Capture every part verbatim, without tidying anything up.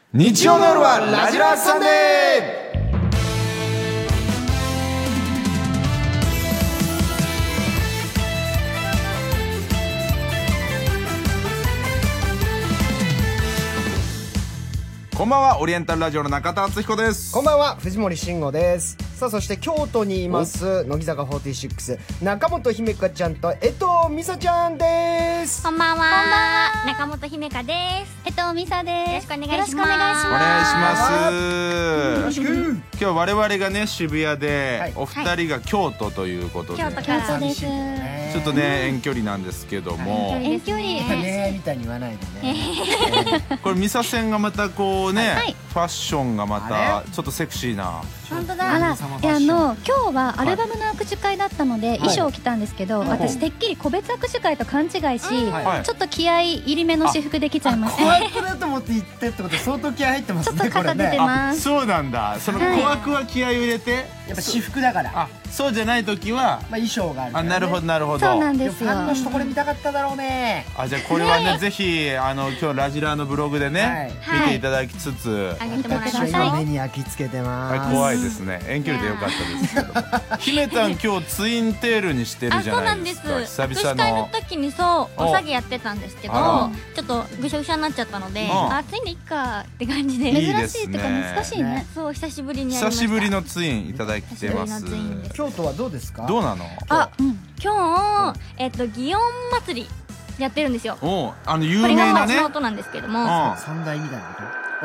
日曜の夜はラジラーサンデー。こんばんは、オリエンタルラジオの中田敦彦です。 こんばんは、藤森慎吾です。さあ、そして京都にいます乃木坂フォーティシックス中本姫香ちゃんと江藤美沙ちゃんです。 こんばんは。こんばんは。中本姫香です。江藤美沙です。よろしくお願いします。お願いします。 よろしく。 今日我々がね渋谷で、はい、お二人が京都ということで、 京都からです。 ちょっとね遠距離なんですけども、 遠距離恋愛みたいに言わないでね。 これ美沙線がまたこうね、はい、ファッションがまたちょっとセクシーな。 本当だ。あら、いやあの今日はアルバムの握手会だったので、はい、衣装を着たんですけど、はい、私てっきり個別握手会と勘違いし、はい、ちょっと気合い入り目の私服で来ちゃいました。 小悪だと思って行ってってことで相当気合入ってますね。 ちょっと肩出てます。 そうなんだ。その小悪は気合を入れて、やっぱ私服だから。 あ、そうじゃない時は、 まあ衣装がある。 あ、なるほどなるほど。 そうなんですよ。 ファンの人これ見たかっただろうね。 あ、じゃあこれはねぜひあの今日ラジラーのブログでね見ていただきつつ、 あげてもらいましょう。 目に焼き付けてます。 怖いですね。遠距離でよかったですけど。姫たん今日ツインテールにしてるじゃないですか。 久々の。握手会の時にそうおさげやってたんですけど、ちょっとぐしゃぐしゃになっちゃったので、あ、ツインでいっかって感じで。 いいですね。 珍しいってか難しいね。そう久しぶりにやりました。 久しぶりのツインいただいてます。 京都はどうですか？ どうなの？ あ、今日えっと祇園祭りやってるんですよ。 お、あの有名なね。 これが町の音なんですけども。 三大みたいなこと？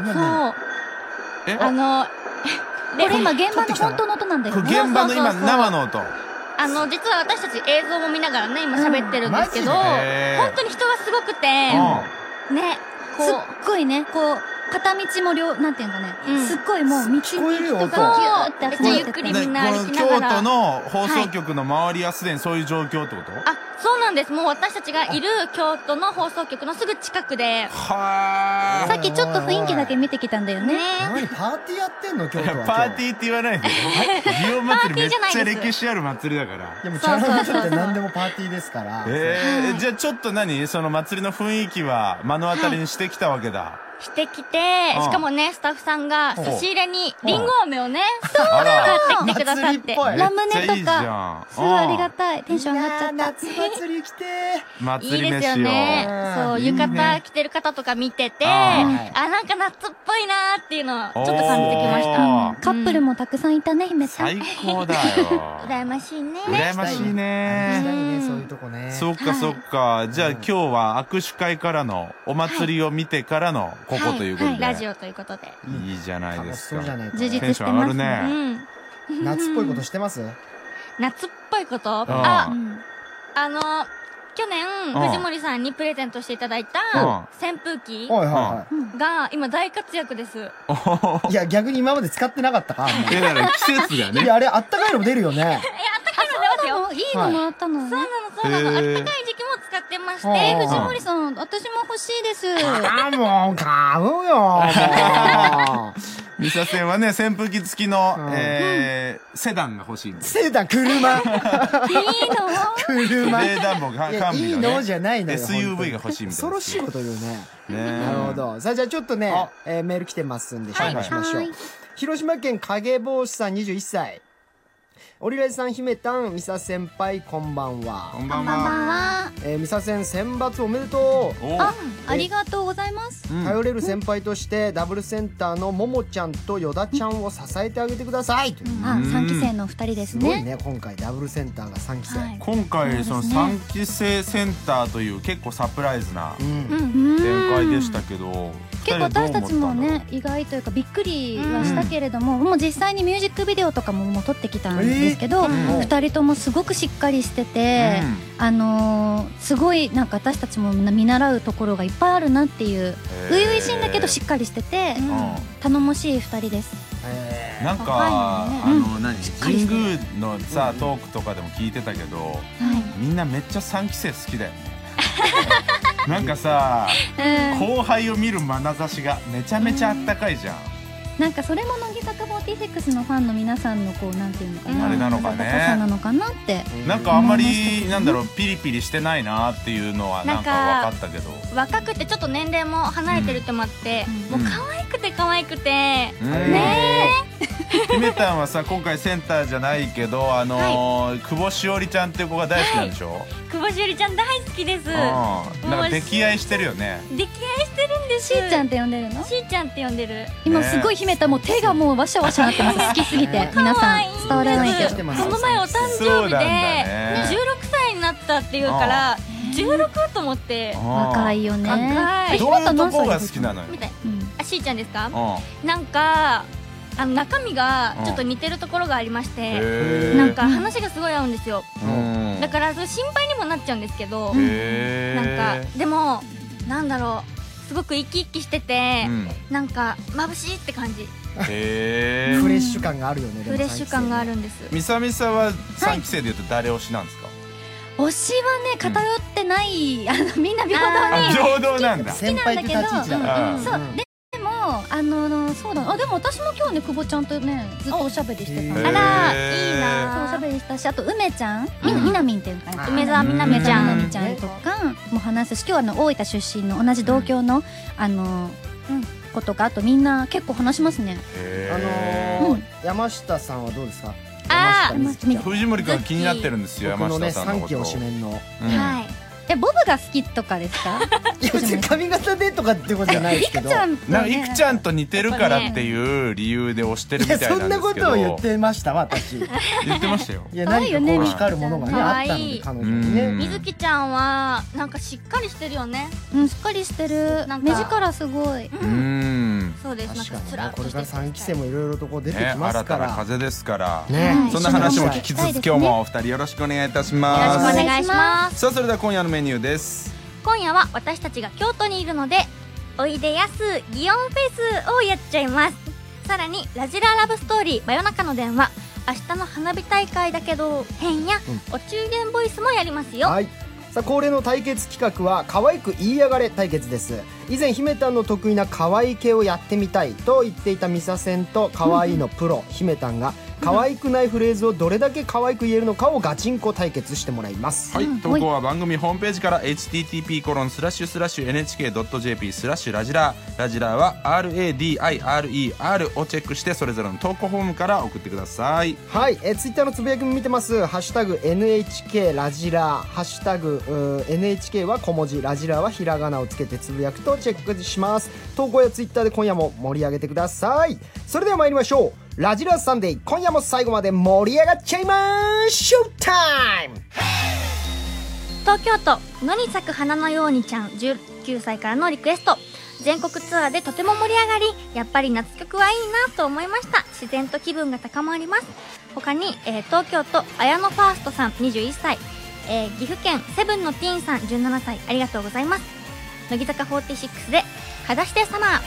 そう。え、あの。これ今現場の本当の音なんだよね。 現場の今生の音。 あの実は私たち映像も見ながらね今喋ってるんですけど、本当に人がすごくてね、こうすっごいねこう片道も両なんていうのね、すっごいもう道に人がギューって集まってて、ゆっくりみんな歩きながら。 京都の放送局の周りはすでにそういう状況ってこと？ あ、そうなんです。もう私たちがいる京都の放送局のすぐ近くで、 はさっきちょっと雰囲気だけ見てきたんだよね。 何パーティーやってんの京都は？ パーティーって言わないで。祇園祭りめっちゃ歴史ある祭りだから。 でもチャラメって何でもパーティーですから。 ええ、じゃあちょっと何その祭りの雰囲気は目の当たりにしてきたわけだ。 してきて、しかもねスタッフさんが差し入れにりんご飴をね買ってきてくださって、ラムネとかすごいありがたい。テンション上がっちゃった。 夏祭り来て祭り飯を。 いいですよね。そう浴衣着てる方とか見てて、あ、なんか夏っぽいなーっていうのをちょっと感じてきました。カップルもたくさんいたね、姫さん。 最高だよ。 羨ましいね。 羨ましいね。 したいね、そういうとこね。 そっかそっか。じゃあ今日は握手会からのお祭りを見てからのここということで、 ラジオということでいいじゃないですか。 充実してますね。 夏っぽいことしてます？ 夏っぽいこと？あ、あの去年藤森さんにプレゼントしていただいた扇風機が今大活躍です。 いや逆に今まで使ってなかったか。 いや季節がね。 いやあれあったかいのも出るよね。 え、あったかいの出ますよ。いいのもあったの。そうなのそうなの。あったかい時期も使ってまして。藤森さん私も欲しいです。 あ、もう買うよ。 ミサセンはね扇風機付きのセダンが欲しいんです。 セダン車。いいの？車。 冷暖房完備のね。 いいのじゃないのよ。 エスユーブイ が欲しいみたいな。 恐ろしいこと言うね。なるほど。さあじゃあちょっとねメール来てますんで紹介しましょう。広島県影帽子さんにじゅういっさい。オリラジさん、姫たん、ミサ先輩、こんばんは。 こんばんは。 えー、ミサ戦選抜おめでとう。 あ、ありがとうございます。 頼れる先輩としてダブルセンターのももちゃんとよだちゃんを支えてあげてください。 あ、三期生の二人ですね。 すごいね、今回ダブルセンターが三期生。 今回その三期生センターという結構サプライズな展開でしたけど。 結構私たちもね意外というかびっくりはしたけれども、もう実際にミュージックビデオとかももう撮ってきたんですけど、ふたりともすごくしっかりしてて、あのすごいなんか私たちも見習うところがいっぱいあるなっていう、初々しいんだけどしっかりしてて頼もしいふたりです。 なんかあの何神宮のさトークとかでも聞いてたけど、みんなめっちゃさんき生好きだよね。なんかさ、後輩を見る眼差しがめちゃめちゃあったかいじゃん。 なんかそれも乃木坂フォーティーシックスのファンの皆さんのこうなんていうのかな、 あれなのかね、 温かさなのかなって。 なんかあんまりなんだろうピリピリしてないなっていうのはなんか分かったけど、 若くてちょっと年齢も離れてるってもあって、もう可愛くてい可愛くてねえひめたんはさ今回センターじゃないけどあの久保しおりちゃんっていう子が大好きなんでしょ。 久保しおりちゃん大好きです。 なんか溺愛してるよね。 溺愛してるんです。 しーちゃんって呼んでるの？ しーちゃんって呼んでる。 今すごいひめたもう手がもうワシャワシャなってます。好きすぎて皆さん伝わらないけど。 この前お誕生日でじゅうろくさいになったっていうからじゅうろくと思って。 若いよね。 若い。 どういうとこが好きなのよ。 あ、しーちゃんですか？なんかあの中身がちょっと似てるところがありまして、なんか話がすごい合うんですよ。だから心配にもなっちゃうんですけど、なんかでもなんだろう、すごく生き生きしてて、なんか眩しいって感じ。 へー、フレッシュ感があるよね。 フレッシュ感があるんです。 みさみさはさんきせいでいうと誰推しなんですか？ 推しはね偏ってない、あのみんな平等に平等なんだ。 好きなんだけど、そうであのそうだ、あでも私も今日ね久保ちゃんとねずっとおしゃべりしてた。 あらいいな。 おしゃべりしたし、あと梅ちゃん、みみなみんっていうかな、 梅澤みなみちゃん、 みなみちゃんとかも話すし、今日はあの大分出身の同じ同郷のあの子とか、あとみんな結構話しますね。 あの山下さんはどうですか？ あ藤森君気になってるんですよ、山下さんのこと。僕のねさんき推しメンの。 はい。 え、ボブが好きとかですか？ いや別に髪型でとかってことじゃないですけど、 なんかいくちゃんと似てるからっていう理由で推してるみたいなんですけど。 そんなことを言ってました私。 言ってましたよ。 いや何かこう光るものがねあったので彼女にね。 みずきちゃんはなんかしっかりしてるよね。 うん、しっかりしてる。目力すごい。 うん。 そうです。なんかスラッとして。 これからさんきせいもいろいろとこう出てきますから。 新たな風ですから。 ね。 そんな話も聞きつつ今日もお二人よろしくお願いいたします。 よろしくお願いします。 さあそれでは今夜のメニューです。 今夜は私たちが京都にいるのでおいでやす祇園フェスをやっちゃいます。さらにラジララブストーリー真夜中の電話、明日の花火大会だけど変や、うん、お中元ボイスもやりますよ。 はい、さあ恒例の対決企画は可愛く言いやがれ対決です。以前ひめたんの得意な可愛い系をやってみたいと言っていたミサセンと可愛いのプロひめたんが可愛くないフレーズをどれだけ可愛く言えるのかをガチンコ対決してもらいます。 はい、投稿は番組ホームページから エイチティーティーピーコロンスラッシュスラッシュエヌエイチケードットジェーピースラッシュラジララジラは アールエーディーアイアールイーアール をチェックしてそれぞれの投稿フォームから送ってください。 はい、えツイッターのつぶやきも見てます。ハッシュタグ エヌエイチケー ラジラハッシュタグ エヌエイチケー は小文字ラジラはひらがなをつけてつぶやくとチェックします。投稿やツイッターで今夜も盛り上げてください。それでは参りましょう。ラジラサンデー、今夜も最後まで盛り上がっちゃいまーす。ショータイム。 東京都野に咲く花のようにちゃんじゅうきゅうさいからのリクエスト。全国ツアーでとても盛り上がり、やっぱり夏曲はいいなと思いました。自然と気分が高まります。他に、えー、東京都綾野ファーストさんにじゅういっさい、えー、岐阜県セブンのティーンさんじゅうななさい、ありがとうございます。乃木坂フォーティーシックスで裸足でサマー。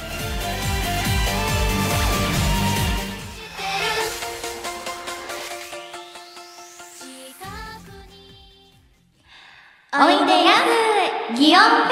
おいでやす祇園フェ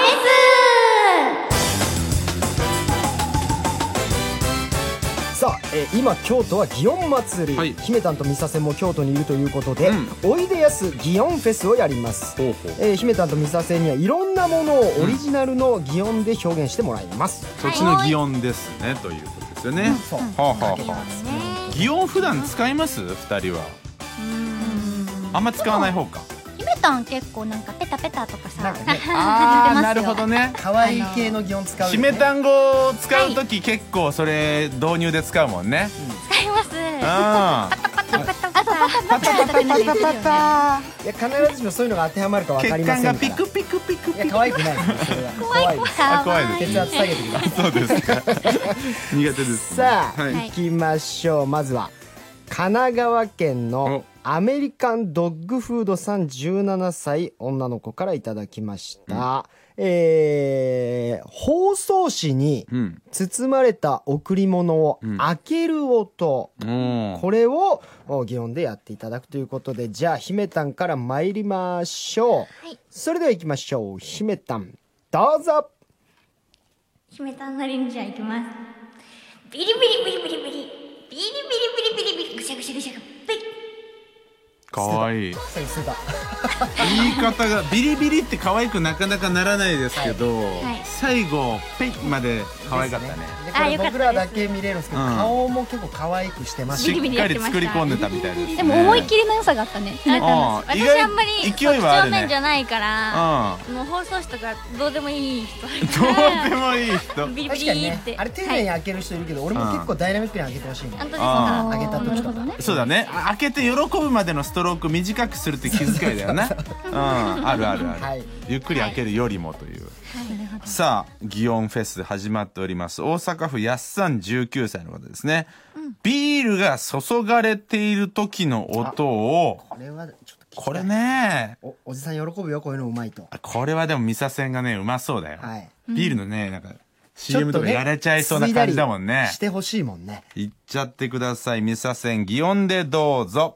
ス。さあ、えー、今京都は祇園祭り、はい、ひめたんとみさせも京都にいるということで、うん、おいでやす祇園フェスをやります。ほうほう、えー、ひめたんとみさせにはいろんなものをオリジナルの祇園で表現してもらいます、 うん、そっちの祇園ですね、ということですよね、うん、そう、はあはあはあ、祇園普段使いますふたりは？あんま使わない方か。 ひめたん結構なんかペタペタとかさ、なんかね、 あーなるほどね。 可愛い系の擬音使う、ね、 ひめたん語を使うとき、はい、結構それ導入で使うもんね、 うん、使います。 パタパタパタパタパタパタパタ。いや必ずしもそういうのが当てはまるか分かりませんから。 血管がピクピクピクピク。 いや可愛くないです。それは怖い怖い怖いです。 血圧下げてください。 そうですか。苦手です。 さあ、はい、行きましょう。まずは神奈川県のアメリカンドッグフードさんじゅうななさい女の子からいただきました、うん、えー、包装紙に包まれた贈り物を開ける音、うん、これを擬音でやっていただくということで、じゃあひめたんから参りましょう、はい、それでは行きましょう。ひめたんどうぞ。 ひめたんなりにじゃあ行きます。ビリビリビリビリビリビリビリビリビリビリぐしゃぐしゃぐしゃぐしゃ。 かわいい。 さっき捨てた。 言い方がビリビリって可愛くなかなかならないですけど、 はい最後ペイまで可愛かったね。 でこれ僕らだけ見れるんですけど、 うん顔も結構可愛くしてまししっかり作り込んでたみたいですね。 でも思い切りの良さがあったね。ひめたの。 あー私あんまり勢いはあるね正面じゃないから、 うもう放送紙とかどうでもいい人ん、どうでもいい人。 ビリビ確かにねリって、 あれ丁寧に開ける人いるけど、俺も結構ダイナミックに開けてほしいね。 本当ですあか。 開けた時とかなるほどね。 そうだね。あ開けて喜ぶまでのストローク短くするって気遣いだよな。うん、あるあるある。 はいゆっくり開けるよりもという。さあ、祇園フェス始まっております。大阪府やっさんじゅうきゅうさいの方ですね。ビールが注がれている時の音を、 これはちょっと聞きたいこれね、 おおじさん喜ぶよ、こういうのうまいと。 これはでもミサセンがね、うまそうだよ。 はいビールのね、なんか、 ちょシーエムっとねとかやれちゃいそうな感じだもんねし。てほしいもんね。 いっちゃってください。ミサセン、祇園でどうぞ。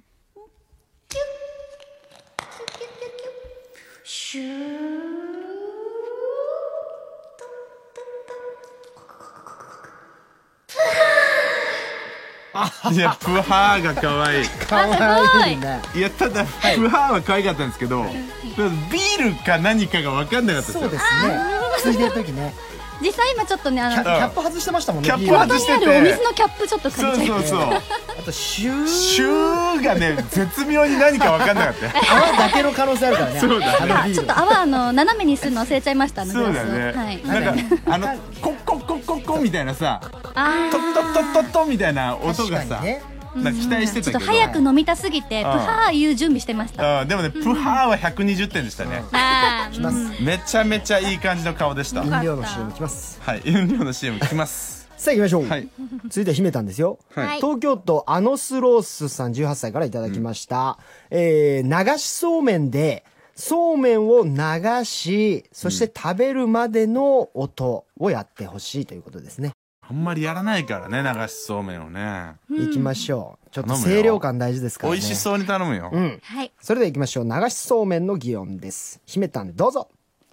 いや、プハーが可愛い。 可愛いね。 いや、ただ、プハーは可愛かったんですけど、ビールか何かが分かんなかったですよ。 そうですね。ついでる時ね。 実際今ちょっとね、あのキャキャップ外してましたもんね。 キャップビール外してて手元にあるお水のキャップちょっとそう借りちゃいそうそう。 あとシューシューがね、絶妙に何か分かんなかったよ。 泡だけの可能性あるからね。 そうだねあのビールちょっと泡あの斜めにするの忘れちゃいましたね。 そうだね。 グラスをはい。 なんか、あの、コッコッコッコッコみたいなさ、 あトットットットットみたいな音がさ、 確かにね。 なんか期待してちょたけど。 っと早く飲みたすぎてプハーいう準備してました。 うん、でもね、プハーはひゃくにじゅってんでしたね。 あーきます。 めちゃめちゃいい感じの顔でした。 飲料の シーエム きます。 はい、飲料の シーエム 来ます。 さあ行きましょう。 はい。 続いて姫たんですよ。 はい東京都アノスロースさんじゅうはっさいからいただきました。えー流しそうめんで、そうめんを流し、そして食べるまでの音をやってほしいということですね。 あんまりやらないからね、流しそうめんをね。 行きましょう。ちょっと頼むよ清涼感大事ですからね。 美味しそうに頼むよ。 うん。 はい。 それでは行きましょう。流しそうめんの擬音です。姫たんどうぞ。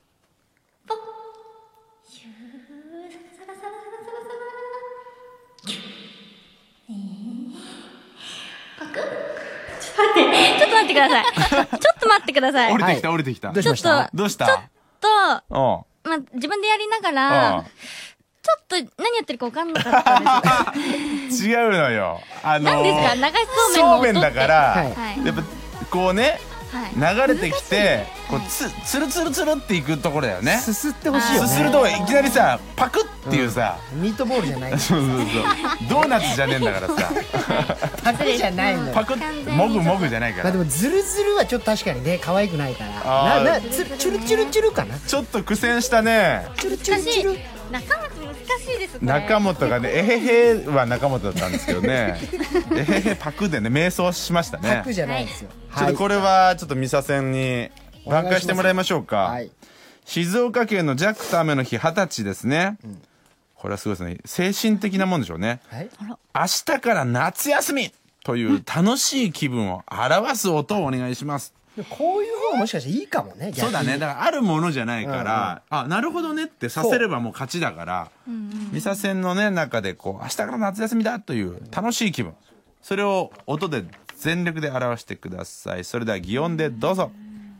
ちょっと待ってください。ちょっと待ってください。 降りてきた、降りてきた。 どうしましたどうしたと、 おうまあ、自分でやりながあらあ、 ちょっと何やってるか分かんなかったです。 違うのよ。あのー、 何ですか流しそうめんの音ってそうめんだから、 はいはい。 やっぱ、こうね、 はい。 流れてきて、こう、つ、つるつるつるっていくところだよね。 すすってほしいよね。 すするといきなりさ、パクっていうさ、 ミートボールじゃない。 そうそうそう。ドーナツじゃねえんだからさ、 パクじゃないのよ。 パクッ、もぐもぐじゃないかまあでら。 もズルズルはちょっと確かにね可愛くないからあーななつチュルチュルチュルかなちょっと苦戦したね。 チュルチュルチュル中本難しいですね。 中本がね、えへへは中本だったんですけどね。えへへパクでね、迷走しましたねパ。クじゃないですよちょっとこれは、ちょっとミサセンに挽回してもらいましょうか。 はい静岡県のジャックと雨の日二十歳ですね。これはすごいですね。精神的なもんでしょうね。 はい明日から夏休みという楽しい気分を表す音をお願いします。 こういう方がもしかしていいかもね逆にそうだね。だからあるものじゃないから、あ、なるほどねってさせればもう勝ちだから、ミサセンのね、中でこう、明日から夏休みだという楽しい気分。それを音で全力で表してください。それでは擬音でどうぞ。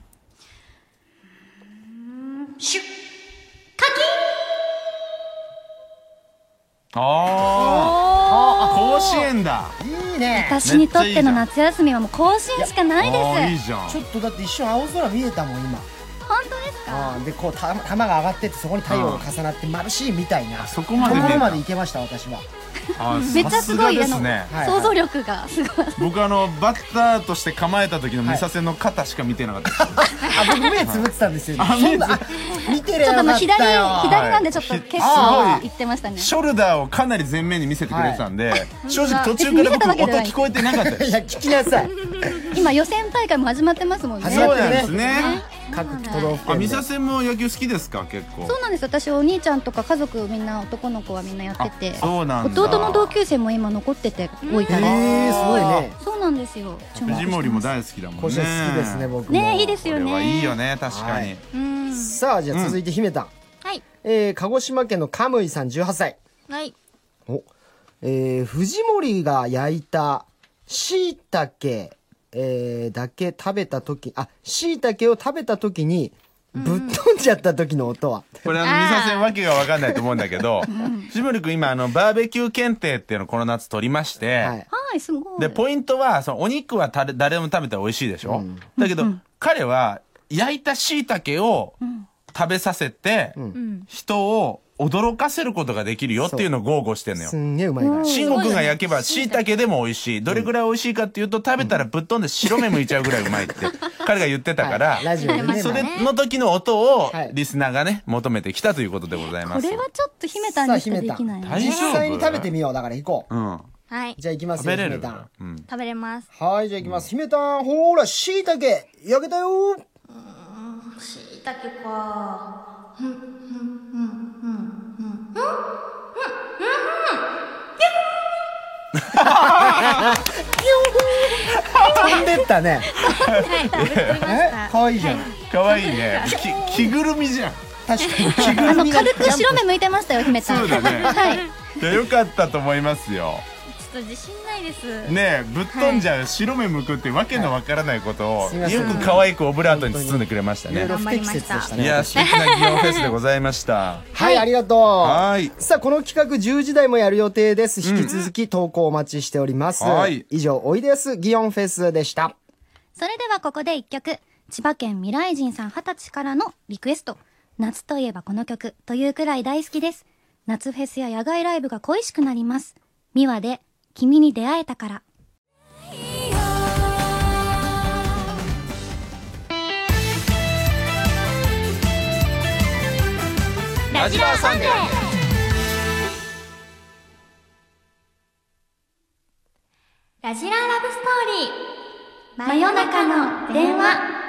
シュッああ、甲子園だ。 いいね私にとっての夏休みはもう甲子園しかないです。 ああ、いいじゃん。 ちょっとだって一瞬青空見えたもん今本当ですか？ あーでこうた玉が上がってってそこに太陽が重なって眩しいみたいなそこまで見えたところまで行けました私はあめっちゃすごいさすがですね。 はい想像力がすごい。 僕あのバッターとして構えた時のミサセンの肩しか見てなかったです。 あ僕目つぶってたんですよあそんなあ見てるちょっとあの左左はいなんでちょっと結す構ごい言ってましたね。 ショルダーをかなり前面に見せてくれてたんで、正直途中から見せたわ僕音けではない聞こえてなかったです。 いや聞きなさい今予選大会も始まってますもんね。 始まってるねそうなんですね。 各都道府あ、 県でミサセンも野球好きですか結構。 そうなんです。私お兄ちゃんとか家族みんな男の子はみんなやってて、 そうなんだ。 弟の同級生も今残ってて大分で。 へーすごいねそうなんですよ。注目してます藤森も大好きだもんね。 甲子園好きですね僕もねいいですこれよね。 はいいよね確かに。 うん。 さあじゃあ続いて姫たんはい。 えー鹿児島県のカムイさんじゅうはっさいはい。 お、えー、藤森が焼いたしいたけえー、だけ食べた時、あ、椎茸を食べた時にぶっ飛んじゃった時の音は、 これあの見させんわけが分かんないと思うんだけど、藤森君今あのバーベキュー検定っていうのをこの夏取りまして、 はい、 はい、すごい。 でポイントはそのお肉はた誰も食べたら美味しいでしょ、うん、だけど、うん、彼は焼いた椎茸を食べさせて、うん、人を驚かせることができるよっていうのを豪語してんのよ。 すんげえうまいから。 慎吾くんが焼けば椎茸でも美味しい。どれぐらい美味しいかっていうと、食べたらぶっ飛んで白目向いちゃうぐらいうまいって彼が言ってたから、はい、ラジオでね、それの時の音をリスナーがね求めてきたということでございます。 これはちょっと秘めたんにしかできない、ね。 実際に食べてみよう。だから行こう。うん。 はい。 じゃあ行きますよ。 食べれる。 姫たん、 うん、 食べれます。 はい、じゃあ行きます。姫たん、ほーら椎茸焼けたよ。うーん、 椎茸か。ふんふんふんふんふんふん。 飛んでったね。 はい、 かわいいじゃん。 かわいいね。き着ぐるみじゃん。 確かに着ぐるみが。 あの軽く白目向いてましたよ、姫たん。 そうだね。 はい。 いや、よかったと思いますよ。 ちょっと自信ないです。 ねえ、ぶっ飛んじゃう、白目向くってわけのわからないことを、よく可愛くオブラートに包んでくれましたね。 不適切でしたね。 いや、素敵な祇園フェスでございました。 はい、ありがとう。 はい。 さあ、この企画じゅうじ台もやる予定です。引き続き投稿お待ちしております。はい。以上、おいでやす祇園フェスでした。 それではここで一曲。千葉県未来人さんはたちからのリクエスト。夏といえばこの曲というくらい大好きです。夏フェスや野外ライブが恋しくなります。ミワで君に出会えたから。 ラジラーサンデー。ラジラーラブストーリー。真夜中の電話。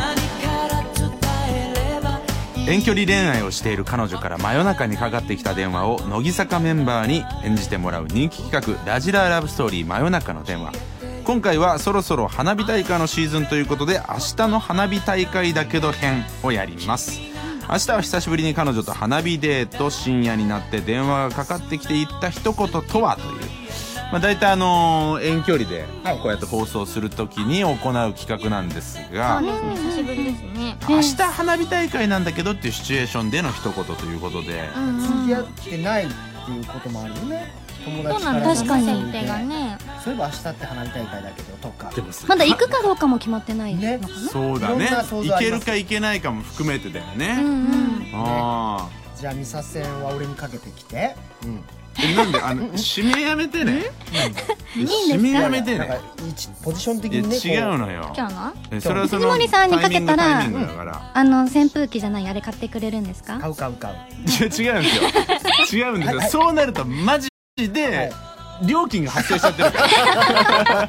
遠距離恋愛をしている彼女から真夜中にかかってきた電話を乃木坂メンバーに演じてもらう人気企画ラジラーラブストーリー真夜中の電話。今回はそろそろ花火大会のシーズンということで、明日の花火大会だけど編をやります。明日は久しぶりに彼女と花火デート。深夜になって電話がかかってきて言った一言とはという、まあ、大体あのー、遠距離でこうやって放送するときに行う企画なんですが、 そうですね、久しぶりですね。 明日花火大会なんだけどっていうシチュエーションでの一言ということで、 付き合ってないっていうこともあるよね。友達から確かに設定がね。 そういえば明日って花火大会だけどとか、 まだ行くかどうかも決まってないのかな、ね、 そうだね。行けるか行けないかも含めてだよね。うんうん、あね。じゃあミサセンは俺にかけてきて、うん、 え、なんであの指名やめてね。 いいんですか。 指名やめてね。 ポジション的にね。 違うのよ。 今日の？ それはその藤森さんにかけたら、 うん、 あの扇風機じゃないあれ買ってくれるんですか？ 買う買う買う。 違うんですよ。違うんですよ。そうなるとマジで料金が発生しちゃってるから。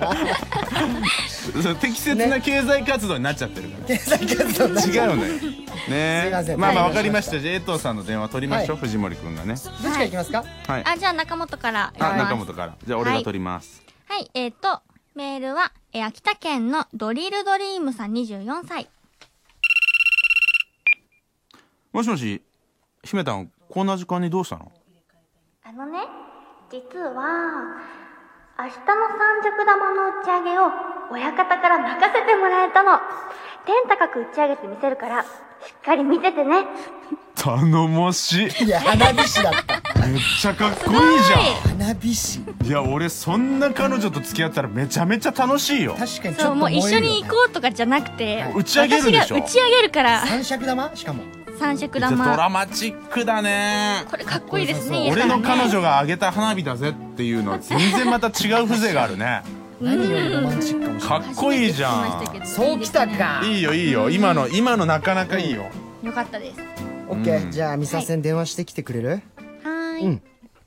適切な経済活動になっちゃってるから。 経済活動違うのよ。ね。まあまあわかりました。じゃあ江藤さんの電話取りましょう。藤森くんがね。 どっちから行きますか？ はい。 あ、じゃあ中本から。 あ、中本から。じゃあ俺が取ります。 はい。えっとメールは秋田県のドリルドリームさんにじゅうよんさい。 もしもし、姫たん、こんな時間にどうしたの？ あのね、実は明日の三尺玉の打ち上げを親方から任せてもらえたの。天高く打ち上げてみせるからしっかり見ててね。 頼もしい。 いや、花火師だった。 めっちゃかっこいいじゃん。 花火師。 いや、俺そんな彼女と付き合ったらめちゃめちゃ楽しいよ。 確かにちょっとそう、もう一緒に行こうとかじゃなくて、 打ち上げるでしょ。 私が打ち上げるから。 三尺玉しかも。 三尺玉。 ドラマチックだね。 これかっこいいですね。 俺の彼女が上げた花火だぜっていうのは全然また違う風情があるね。 何よりロマンチックかもしれない。 かっこいいじゃん。 そうきたか。 いいよいいよ。今の今のなかなかいいよ。 よかったです。 オッケー。じゃあミサセン電話してきてくれる？ はーい。うん。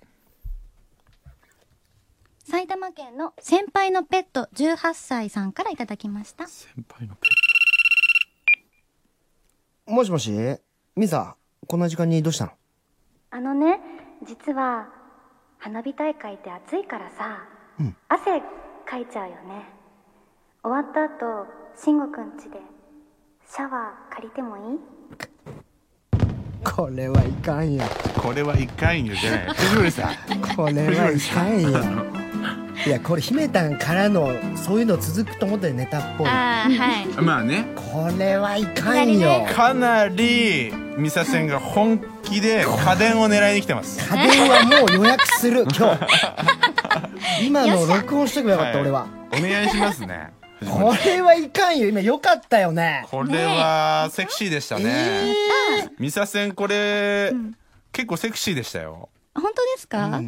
埼玉県の先輩のペットじゅうはっさいさんからいただきました。 先輩のペット。もしもし、ミサ、こんな時間にどうしたの？ あのね、実は花火大会って暑いからさ、うん、汗かいちゃうよね。終わった後、慎吾くん家でシャワー借りてもいい？ これはいかんよ。 これはいかんよじゃない。藤森さん。 これはいかんよ。 いやこれ姫たんからのそういうの続くと思ったよ、ネタっぽい。 あーはいまあね、 これはいかんよ。 かなりミサセンが本気で家電を狙いに来てます。 家電はもう予約する今日。今の録音しとけばよかった、 はい、 俺は。 お願いしますね。 これはいかんよ、今よかったよね。 これはセクシーでしたね。ミサセンこれ、うん、結構セクシーでしたよ。 本当ですか？ うん。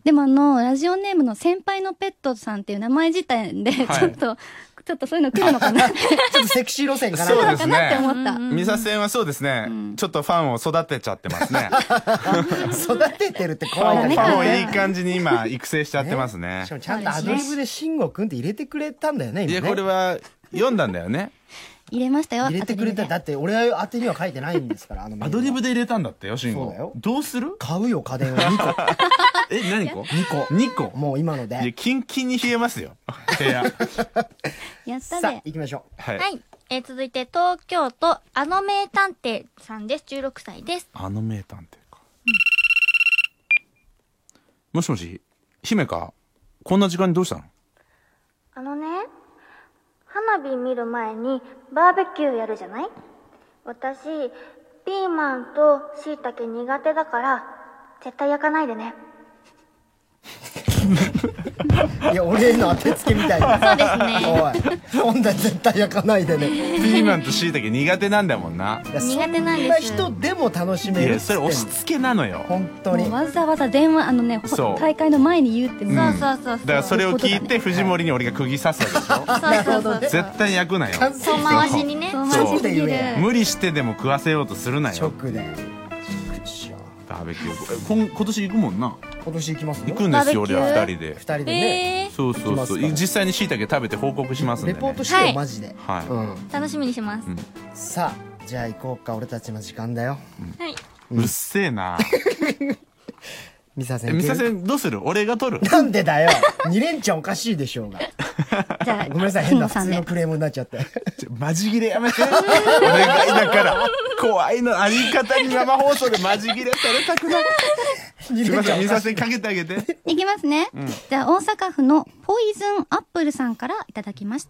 でもあのラジオネームの先輩のペットさんっていう名前自体で、はい、ちょっとちょっとそういうの来るのかな。ちょっとセクシー路線かな。 そうですね。って思った。 ミサセンはそうですね、うん。ちょっとファンを育てちゃってますね。 育ててるって怖いね。 ファンをいい感じに今育成しちゃってますね。 しかもちゃんとアドリブで慎吾くんって入れてくれたんだよね。今ね。 いやこれは読んだんだよね。 入れましたよ。 入れてくれた。だって俺は当てには書いてないんですから。あのアドリブで入れたんだってよ、慎吾。 そうだよ。 どうする？ 買うよ、家電をにこ。 え、何個？ に 個。にこ。 もう今ので。 いや、キンキンに冷えますよ。部屋。 やったで。 さあ、行きましょう。はい。はい、えー、続いて東京都あの名探偵さんです。じゅうろくさいです。 あの名探偵か。うん、もしもし、姫か？こんな時間にどうしたの？ あのね、花火見る前にバーベキューやるじゃない？私ピーマンと椎茸苦手だから絶対焼かないでね。 いや俺の当てつけみたいな。 そうですね。 おい、ほんだ絶対焼かないでね。 ピーマンと椎茸苦手なんだもんな。 苦手なんです。そんな人でも楽しめる。いやそれ押し付けなのよ。 本当に。 わざわざ電話あのね大会の前に言うって。 そうそうそうそう。 だからそれを聞いて藤森に俺が釘刺すわけでしょ。 そうそうそう。 絶対焼くなよ。 遠回しにね。 そう無理してでも食わせようとするなよ。 直で。 バーベキュー今年行くもんな。 今年行きますよ。 行くんですよ俺は二人で。 二人でね。 そうそうそう。実際に椎茸食べて報告しますんで。 レポートしてよマジで。 はい。楽しみにします。 さあじゃあ行こうか、俺たちの時間だよ。 はい。 うっせえな。 ミサセン。 ミサセンどうする？俺が取る。 なんでだよ。二連チャンおかしいでしょうが。じゃあごめんなさい、変な普通のクレームになっちゃって。 マジギレやめて。お願いだから怖いのあり方に生放送でマジギレされたくない。すみません、ミサセンかけてあげて。 いきますね。うん、じゃあ大阪府のポイズンアップルさんからいただきました。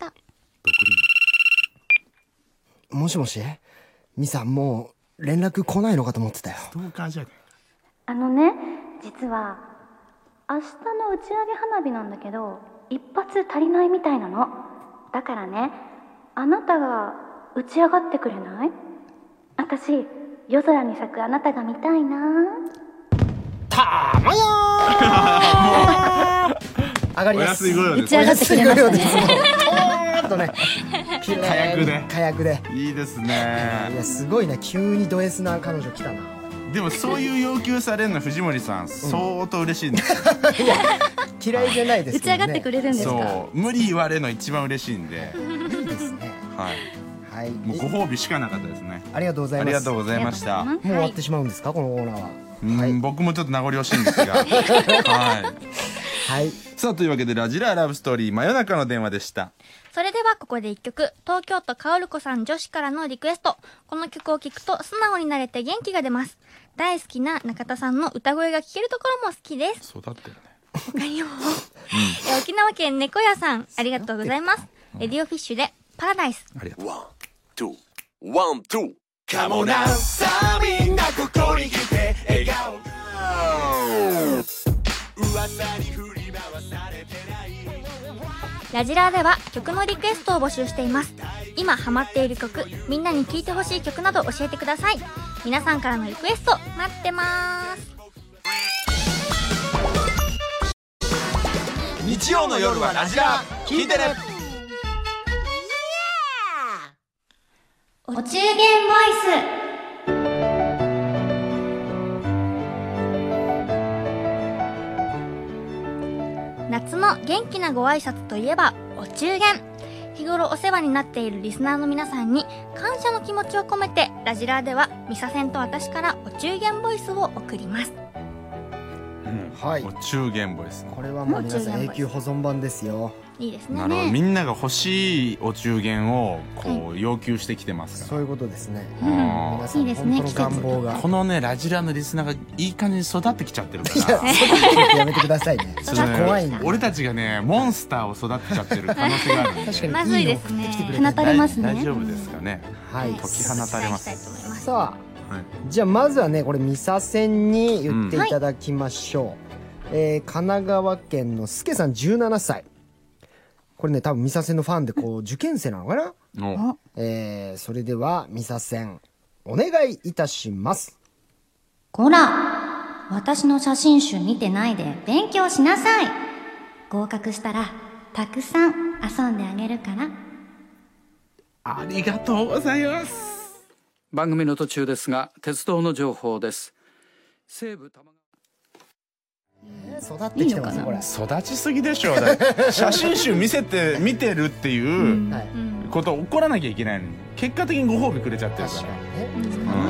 もしもし、ミサもう連絡来ないのかと思ってたよ。 ストーカーじゃね。 あのね、実は明日の打ち上げ花火なんだけど一発足りないみたいなの。だからね、あなたが打ち上がってくれない？私夜空に咲くあなたが見たいな。 たまやー上がります。 お安いご用です。 打ち上がってくれましたね。 とーっとね、 火薬で火薬でいいですね。 いやすごいな、急にド S な彼女来たな。 でもそういう要求されるの藤森さん、相当嬉しいんですよ。 いや嫌いじゃないですけどね。 打ち上がってくれるんですか？ そう無理言われるの一番嬉しいんで。 いいですね。 はいはい。 もうご褒美しかなかったですね。 ありがとうございます。 ありがとうございました。 もう終わってしまうんですかこのコーナーは。 はい、僕もちょっと名残惜しいんですが。はい。 はい。 さあというわけでラジラーラブストーリー真夜中の電話でした。 それではここで一曲、東京都かおるこさん女子からのリクエスト。この曲を聴くと素直になれて元気が出ます。大好きな中田さんの歌声が聴けるところも好きです。 育ってるね。 他にも、うん、沖縄県猫屋さんありがとうございます。レディオフィッシュでパラダイス。 ありがとう。 ワン、ツー、ワン、ツー。カモナさあみんなここに来て笑顔。噂に振り回されてない。 ラジラーでは曲のリクエストを募集しています。今ハマっている曲、みんなに聴いてほしい曲など教えてください。皆さんからのリクエスト待ってます。 日曜の夜はラジラー聴いてね。 お中元ボイス。夏の元気なご挨拶といえばお中元。日頃お世話になっているリスナーの皆さんに感謝の気持ちを込めて、ラジラーではミサセンと私からお中元ボイスを送ります。 うん、はい。お中元ボイス。 これはもう皆さん永久保存版ですよ。 いいですね。 なるほど、みんなが欲しいお中元をこう要求してきてますから、 そういうことですね。 皆さん本当の願望が、 このねラジラのリスナーがいい感じに育ってきちゃってるから、 やめてくださいね。それ怖いんで。 俺たちがねモンスターを育てちゃってる可能性があるんで、 確かにまずいですね。 放たれますね。 大丈夫ですかね。 はい、 解き放たれます。 さあ、じゃあまずはねこれミサセンに言っていただきましょう。えー、神奈川県のすけさんじゅうななさい。これね多分ミサセンのファンでこう受験生なのかな。えー、それではミサセンお願いいたします。 こら、私の写真集見てないで勉強しなさい。合格したらたくさん遊んであげるから。 ありがとうございます。 番組の途中ですが鉄道の情報です。西武玉育ってきてますねこれ。 育ちすぎでしょ。だ写真集見せて見てるっていうこと起こらなきゃいけないのに、結果的にご褒美くれちゃってるから、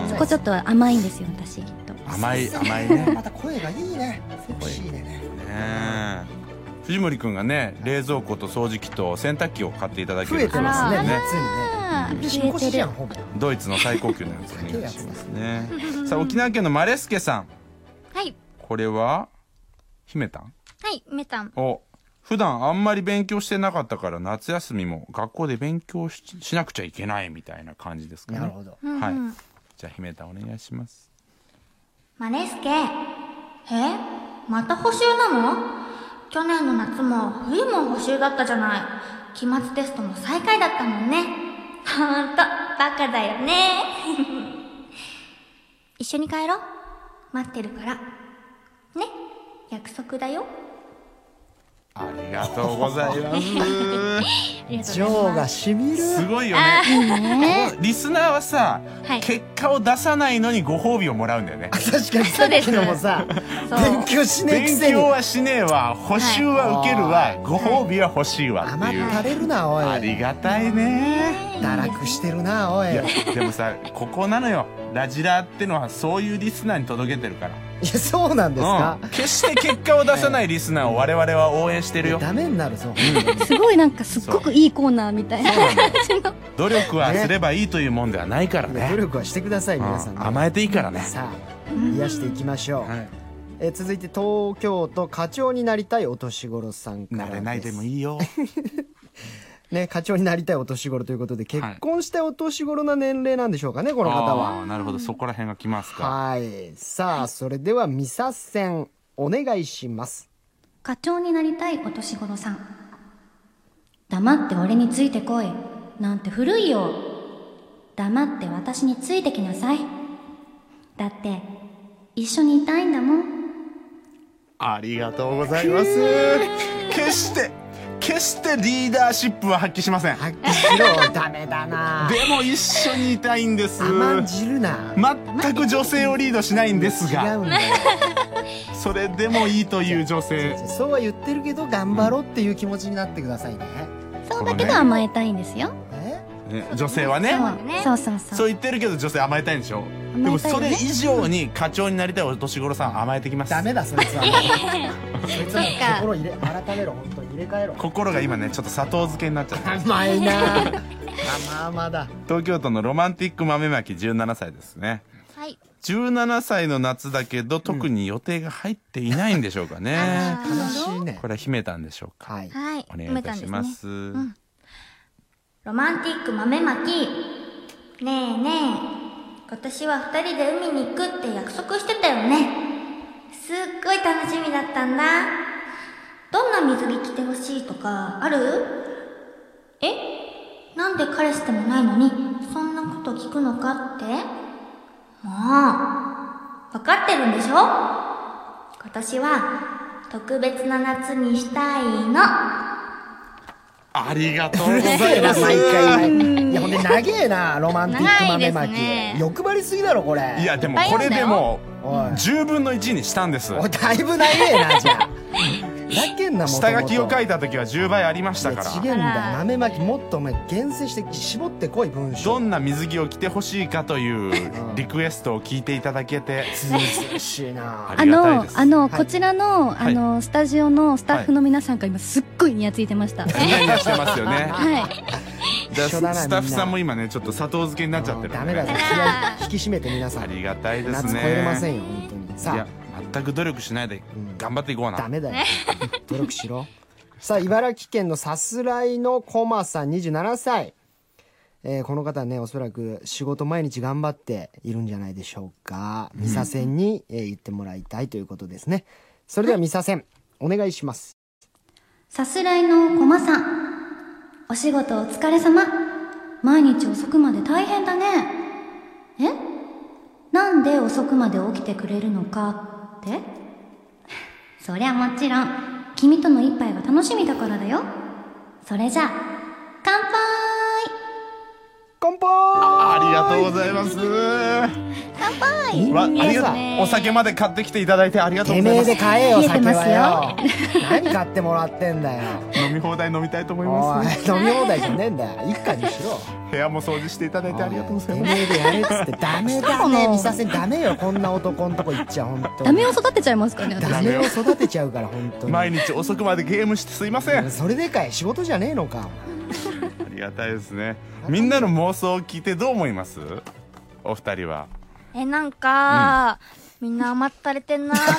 そこちょっと甘いんですよ私きっと。 甘い甘いね。 また声がいいね。セクシーでね。 ね藤森くんがね冷蔵庫と掃除機と洗濯機を買っていただける。 増えてますねね。 実にね。増えてる。 ドイツの最高級のやつをお願いしますね。さあ沖縄県のマレスケさん。 はい。 これは姫たん？ はい、メタン。 お、普段あんまり勉強してなかったから夏休みも学校で勉強 し, しなくちゃいけないみたいな感じですかね。 なるほど。 はい。じゃあ姫たんお願いします。 マレスケ、え？また補習なの？去年の夏も冬も補習だったじゃない。期末テストも最下位だったもんね。ほんと、バカだよね。一緒に帰ろう。待ってるから。ね。約束だよ。 ありがとうございます。 情がしみる。 すごいよね。リスナーはさ、はい、結果を出さないのにご褒美をもらうんだよね。 確かにさっきのもさ、勉強しねえくせに。 勉強はしねえわ、補習は受けるわ、はい、ご褒美は欲しいわっていう。 甘ったれるなおい。 ありがたいね。 堕落してるなおい。いやでもさ、ここなのよ。ラジラってのはそういうリスナーに届けてるから。 いやそうなんですか、 うん、決して結果を出さないリスナーを我々は応援してるよ。 ダメになるぞ。 すごいなんかすっごくいいコーナーみたいな感じの。 努力はすればいいというもんではないからね。 努力はしてください皆さん、ね、 甘えていいからね。 さあ癒していきましょう、はい、え続いて東京都課長になりたいお年頃さんからです。 なれないでもいいよ。 ね、課長になりたいお年頃ということで結婚したお年頃な年齢なんでしょうかね、この方は。 あなるほど、そこら辺がきますか。 はい。さあそれではミサセンお願いします。 課長になりたいお年頃さん。黙って俺についてこいなんて古いよ。黙って私についてきなさい。だって一緒にいたいんだもん。 ありがとうございます。決して決してリーダーシップは発揮しません。 発揮しろ。ダメだな。 でも一緒にいたいんです。 甘んじるな。 全く女性をリードしないんですが。 違うんだよ。 それでもいいという女性。 そうは言ってるけど頑張ろうっていう気持ちになってくださいね。 うん、そうだけど甘えたいんですよ。 ね、女性はね。 そうそうそう。 そう言ってるけど女性甘えたいんでしょ。でもそれ以上に課長になりたいお年頃さん甘えてきます。 ダメだそいつは。そいつは心入れ改めろ本当に入れ替えろ。 心が今ねちょっと砂糖漬けになっちゃって。 甘いな。甘々だ。 東京都のロマンティック豆まきじゅうななさいですね。 はい。 じゅうななさいの夏だけど特に予定が入っていないんでしょうかね。 悲しいね。 これは秘めたんでしょうか。 はい。 お願いいたします。 うん、ロマンティック豆まき。ねえねえ。今年は二人で海に行くって約束してたよね。すっごい楽しみだったんだ。どんな水着着てほしいとかある？え？なんで彼氏でもないのにそんなこと聞くのかって？もう分かってるんでしょ？今年は特別な夏にしたいの。 ありがとうございます。 毎回いやほんで長えなロマンティック豆まき、ね、欲張りすぎだろこれ。 いやでもこれでもじゅうぶんのいちにしたんです。 おだいぶ長えなじゃあ。 だけんなも下書きを書いた時はじゅうばいありましたから。 ちげんだよ。豆まきもっとお前厳選して絞ってこい文章。 どんな水着を着てほしいかというリクエストを聞いていただけてずうずうしいな。 あのあの、 はい、 こちらのあの、はい、スタジオのスタッフの皆さんが今すっごいニヤついてました。 ニヤニヤしてますよね。 はい。 じゃあスタッフさんも今ねちょっと砂糖漬けになっちゃってる、ね。 ダメだね。気合引き締めて皆さん。 ありがたいですね。 夏超えれませんよ本当に。さあ。いや全く努力しないで頑張っていこうな。 ダメだよ。努力しろ。さあ茨城県のさすらいのコマさんにじゅうななさい。えー、この方ねおそらく仕事毎日頑張っているんじゃないでしょうか。ミサセンに、えー、言ってもらいたいということですね。それではミサセンお願いします。 さすらいのコマさん、お仕事お疲れ様。毎日遅くまで大変だね。え？なんで遅くまで起きてくれるのかって？そりゃもちろん君との一杯が楽しみだからだよ。それじゃあ乾杯。 乾杯。 ありがとうございます。 乾杯。 わ、ありがとう。お酒まで買ってきていただいてありがとうございます。 てめえで買えよ酒はよ。何買ってもらってんだよ。 飲み放題飲みたいと思います。 飲み放題じゃねえんだよ。一家にしろ。 部屋も掃除していただいてありがとうございます。 てめえでやれっつってダメだね。ミサセンダメよ。こんな男のとこ行っちゃ本当に。 ダメを育てちゃいますかね。 ダメを育てちゃうから本当に。 毎日遅くまでゲームしてすいません。 それでかい仕事じゃねえのか。 ありがたいですね。みんなの妄想を聞いてどう思います？お二人は。 え、なんか、うん、みんな甘ったれてんなー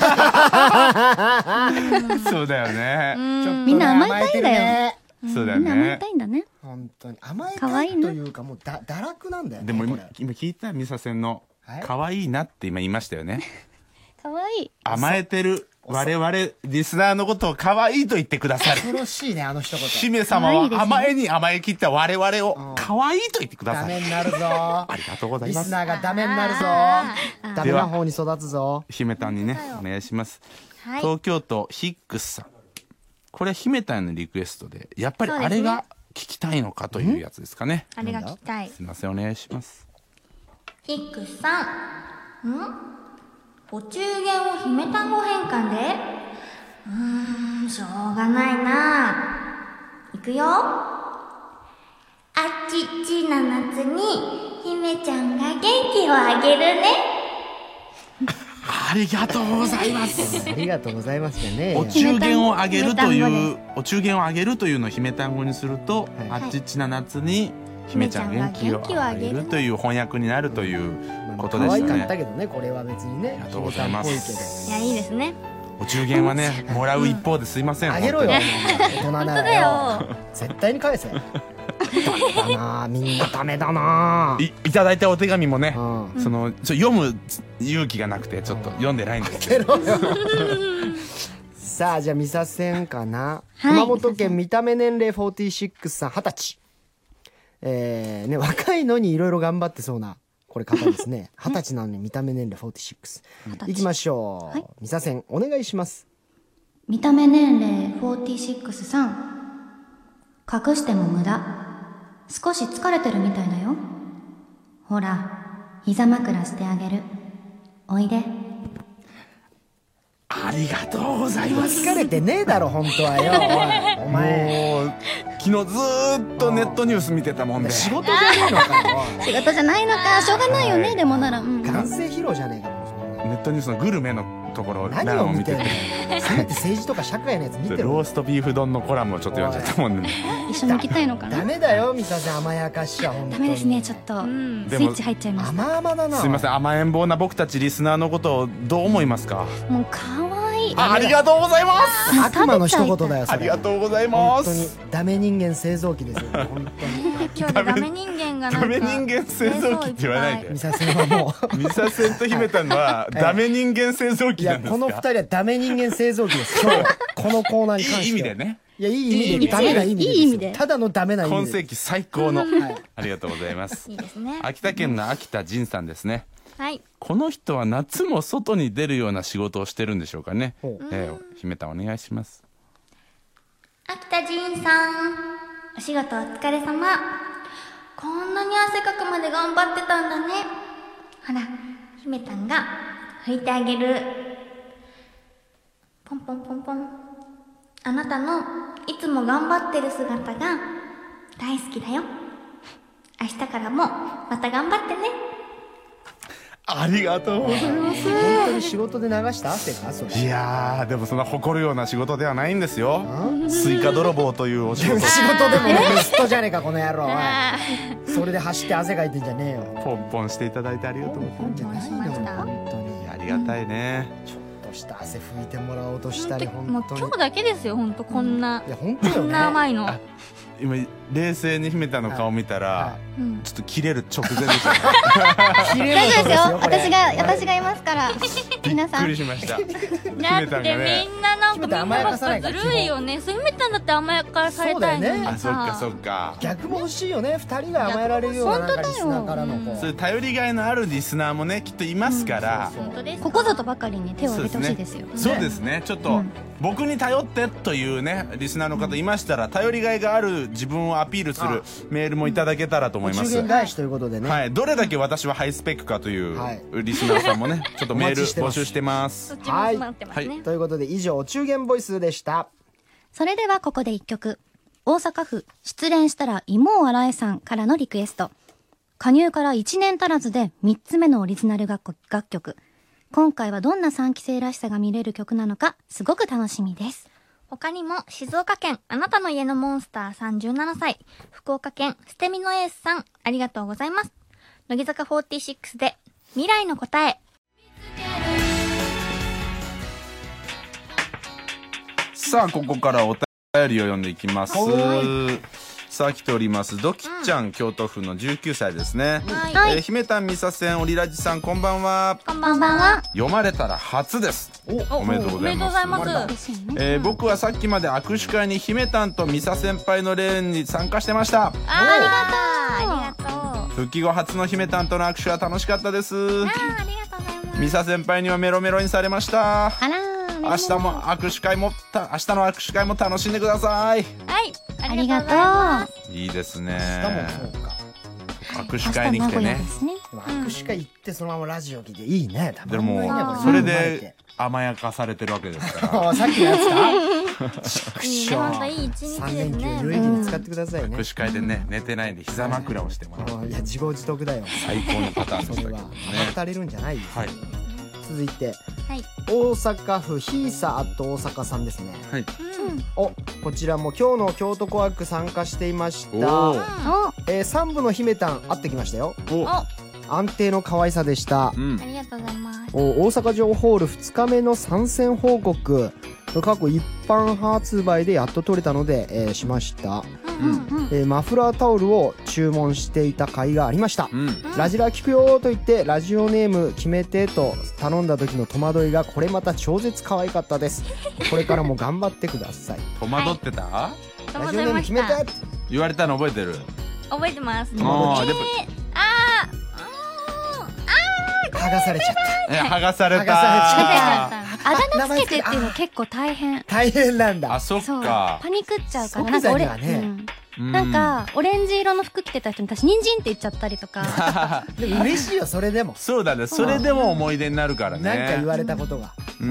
って、うん、そうだよね。 みんな甘えたいんだよ。 そうだよね。 みんな甘えたいんだね。 本当に甘えたいというかもうだ堕落なんだよね。 でも今今聞いたミサセンの可愛いなって今言いましたよね。 可愛い。 甘えてる我々リスナーのことを可愛いと言ってくださる。 恐ろしいねあの一言。 姫様は甘えに甘え切った我々を可愛いと言ってくださる。 ダメになるぞ。 ありがとうございます。 リスナーがダメになるぞ。ダメな方に育つぞ。 姫たんにねお願いします。東京都ヒックスさん。これ姫たんのリクエストでやっぱりあれが聞きたいのかというやつですかね。 あれが聞きたい。 すみませんお願いします。 ヒックスさん。ん？お中元を姫単語変換で？うーん、しょうがないな。いくよ。あちちな夏に姫ちゃんが元気をあげるね。 ありがとうございます。 ありがとうございますね。 お中元をあげるというお中元をあげるというのを姫単語にすると、はい、あちちな夏に姫ちゃん元気をあげるという翻訳になるということでしたね。 可愛かったけどね、これは別にね。 ありがとうございます。 いや、いいですね。 お中元はね、もらう一方ですいません。 あげろよ。大人ならよ。絶対に返せ。ダメだな、みんなダメだな。 いいただいたお手紙もね、そのちょ読む勇気がなくてちょっと読んでないんですけど。 さあじゃあミサセンかな。熊本県見た目年齢フォーティーシックスさん二十歳。えーね、若いのにいろいろ頑張ってそうなこれ方ですね。二十歳なのに見た目年齢フォーティーシックス。いきましょう、はい、ミサセンお願いします。 見た目年齢フォーティーシックスさん。隠しても無駄。少し疲れてるみたいだよ。ほら膝枕してあげる。おいで。 ありがとうございます。 疲れてねえだろ本当はよ。お前もう昨日ずーっとネットニュース見てたもんで。 仕事じゃねえのかよ。 仕事じゃないのか。しょうがないよね、はい、でもなら、うん、 完成披露じゃねえか。 ネットニュースのグルメのところ何を見てるの。せめて政治とか社会のやつ見てる。 ローストビーフ丼のコラムをちょっと読んじゃったもんね。 一緒に行きたいのかな。 ダメだよミサセン甘やかしちゃ本当に。 ダメですねちょっと、うん、スイッチ入っちゃいました。 甘々だな。 すいません甘えん坊な僕たちリスナーのことをどう思いますか。 もう可愛い。 ありがとうございます。 悪魔の一言だよそれ。 ありがとうございます。 本当にダメ人間製造機ですよ本当に。 今日でダメ人間がなんかダメ人間製造機って言わないで。 ミサセンはもうミサセンと姫たんはダメ人間製造機なんですか。 いやこの二人はダメ人間製造機です。今日このコーナーに関して。いい意味でね。いやいい意味でダメな意味で。いい意味で。ただのダメな意味で。 今世紀最高の。ありがとうございます。 いいですね。 秋田県の秋田仁さんですね。 はい。 この人は夏も外に出るような仕事をしてるんでしょうかね。えー、姫たんお願いします。 秋田仁さん、お仕事お疲れ様。こんなに汗かくまで頑張ってたんだね。ほら、姫たんが拭いてあげる。ポンポンポンポン。 あなたのいつも頑張ってる姿が大好きだよ。明日からもまた頑張ってね。 ありがとうございます。 本当に仕事で流した汗かそれ。 いやーでもそんな誇るような仕事ではないんですよ。スイカ泥棒というお仕事。 仕事でもねベストじゃねえかこの野郎。それで走って汗かいてんじゃねえよ。 ポンポンしていただいてありがとうございます。 ポンポンじゃないの本当に。 ありがたいね。 ちょっとした汗拭いてもらおうとしたり本当に。 もう今日だけですよ本当こんな。 いや本当よね。 こんな甘いの。 今冷静に姫たんの顔見たら、ちょっと切れる直前でした。 大丈夫ですよ。私が私がいますから皆さん。 びっくりしました。 だってみんななんかみんなばっかずるいよね。そういうめたんだって甘やかされたいのにさ。 あそっかそっか。 逆も欲しいよね。二人が甘えられるようななんかリスナーからのこう。 そういう頼りがいのあるリスナーもねきっといますから。 ここぞとばかりに手を挙げてほしいですよ。 そうですね。ちょっと僕に頼ってというねリスナーの方いましたら頼りがいがある自分をアピールするメールもいただけたらと思います。 お中元返しということでね。 はい。どれだけ私はハイスペックかというリスナーさんもねちょっとメール募集してます。 はい。ということで以上お中元ボイスでした。 それではここで一曲。大阪府失恋したら芋を洗えさんからのリクエスト。加入からいちねん足らずでみっつめのオリジナル楽曲。今回はどんなさんき生らしさが見れる曲なのかすごく楽しみです。 他にも静岡県あなたの家のモンスターさんじゅうななさい、福岡県捨て身のエースさんありがとうございます。乃木坂フォーティーシックスで未来の答え。 さあここからお便りを読んでいきます。さあ来ておりますドキちゃん、うん、京都府のじゅうきゅうさいですね。はい、えー、姫たんみさせんオリラジさんこんばんは。 こんばんは。 読まれたら初です。お, おめでとうございます。えー、僕はさっきまで握手会に姫たんとみさ先輩のレーンに参加してました。あありがとう。ありがとう。 復帰後初の姫たんとの握手は楽しかったです。あありがとうございます。 みさ先輩にはメロメロにされました。 あら明日も握手会もた明日の握手会も楽しんでください。 はい、 ありがとう。 いいですね。 明日もそうか。 握手会に来てね。 握手会行ってそのままラジオ聞いていいね。 でもそれで甘やかされてるわけですから。 さっきのやつか。 いいね、本当いい一日ですね。 三連休有意義に使ってくださいね。 握手会でね寝てないんで膝枕をしてもらう。 いや自業自得だよ。 最高のパターンでしたけどね。 当たれるんじゃないです。 はい。 続いて、 はい、 大阪府ヒーサアット大阪さんですね。 はい。 お、こちらも今日の京都コアック参加していました。えー、さん部の姫たん会ってきましたよ。 お、 安定の可愛さでした。 うん、ありがとうございます。 お、大阪城ホールふつかめの参戦報告。過去一般発売でやっと取れたので、えー、しました。えー、マフラータオルを注文していた甲斐がありました。うん、ラジラ聞くよと言ってラジオネーム決めてと頼んだ時の戸惑いがこれまた超絶可愛かったです。これからも頑張ってください。 戸惑ってた、はい、ラジオネーム決めてって言われたの覚えてる？ 覚えてます。 ああ、 でもあー剥がされちゃった。 いや、剥がされた。 あだ名つけてっていうの結構大変。 大変なんだ。 あ、そっか。 パニックっちゃうから。なんか俺、うん、なんかオレンジ色の服着てた人に私人参って言っちゃったりとか。 でも嬉しいよそれでも。 そうだね。それでも思い出になるからね。 なんか言われたことが。 うん。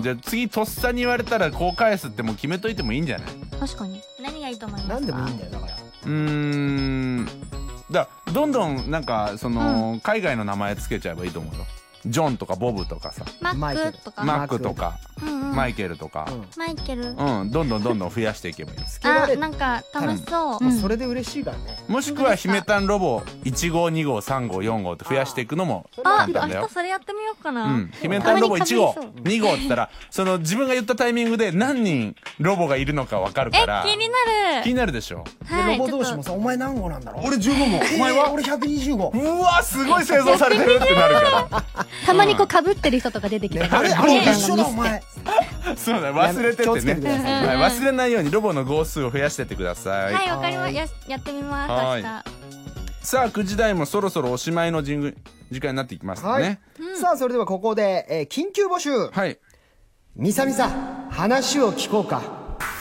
じゃあ次とっさに言われたらこう返すってもう決めといてもいいんじゃない？ 確かに。 何がいいと思いますか？ なんでもいいんだよだから。 うーん。だどんどんなんかその、うん、海外の名前つけちゃえばいいと思うよ。ジョンとかボブとかさ、 マックとかマックとか、うんうん、マイケルとか、 うん、マイケル、 うん、どんどんどんどん増やしていけばいいです。 あ、なんか楽しそう、 うん、それで嬉しいからね。 もしくは姫たんロボいち号に号さん号よん号って増やしていくのも簡単だよ。 あ、明日それやってみようかな。 うん、姫たんロボいち号に号って言ったらその自分が言ったタイミングで何人ロボがいるのか分かるから。 え、気になる。 気になるでしょ。 はい、 ロボ同士もさ、お前何号なんだろう。 俺じゅうご号、お前は？ 俺ひゃくにじゅう号。 うわ、すごい製造されてるってなるから。 たまにこう被ってる人とか出てきて、 あれあれ一緒だお前。 そうだ、忘れてってね。忘れないようにロボの号数を増やしてってください。 はい、わかりました。やってみます。明日。 さあくじ台もそろそろおしまいの時間になっていきますね。 さあそれではここで、えー、緊急募集。 はい。 みさみさ話を聞こうか。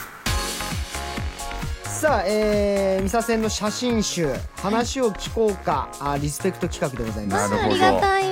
さあ、えー、みさせんの写真集話を聞こうか、あ、リスペクト企画でございます。 ありがたい。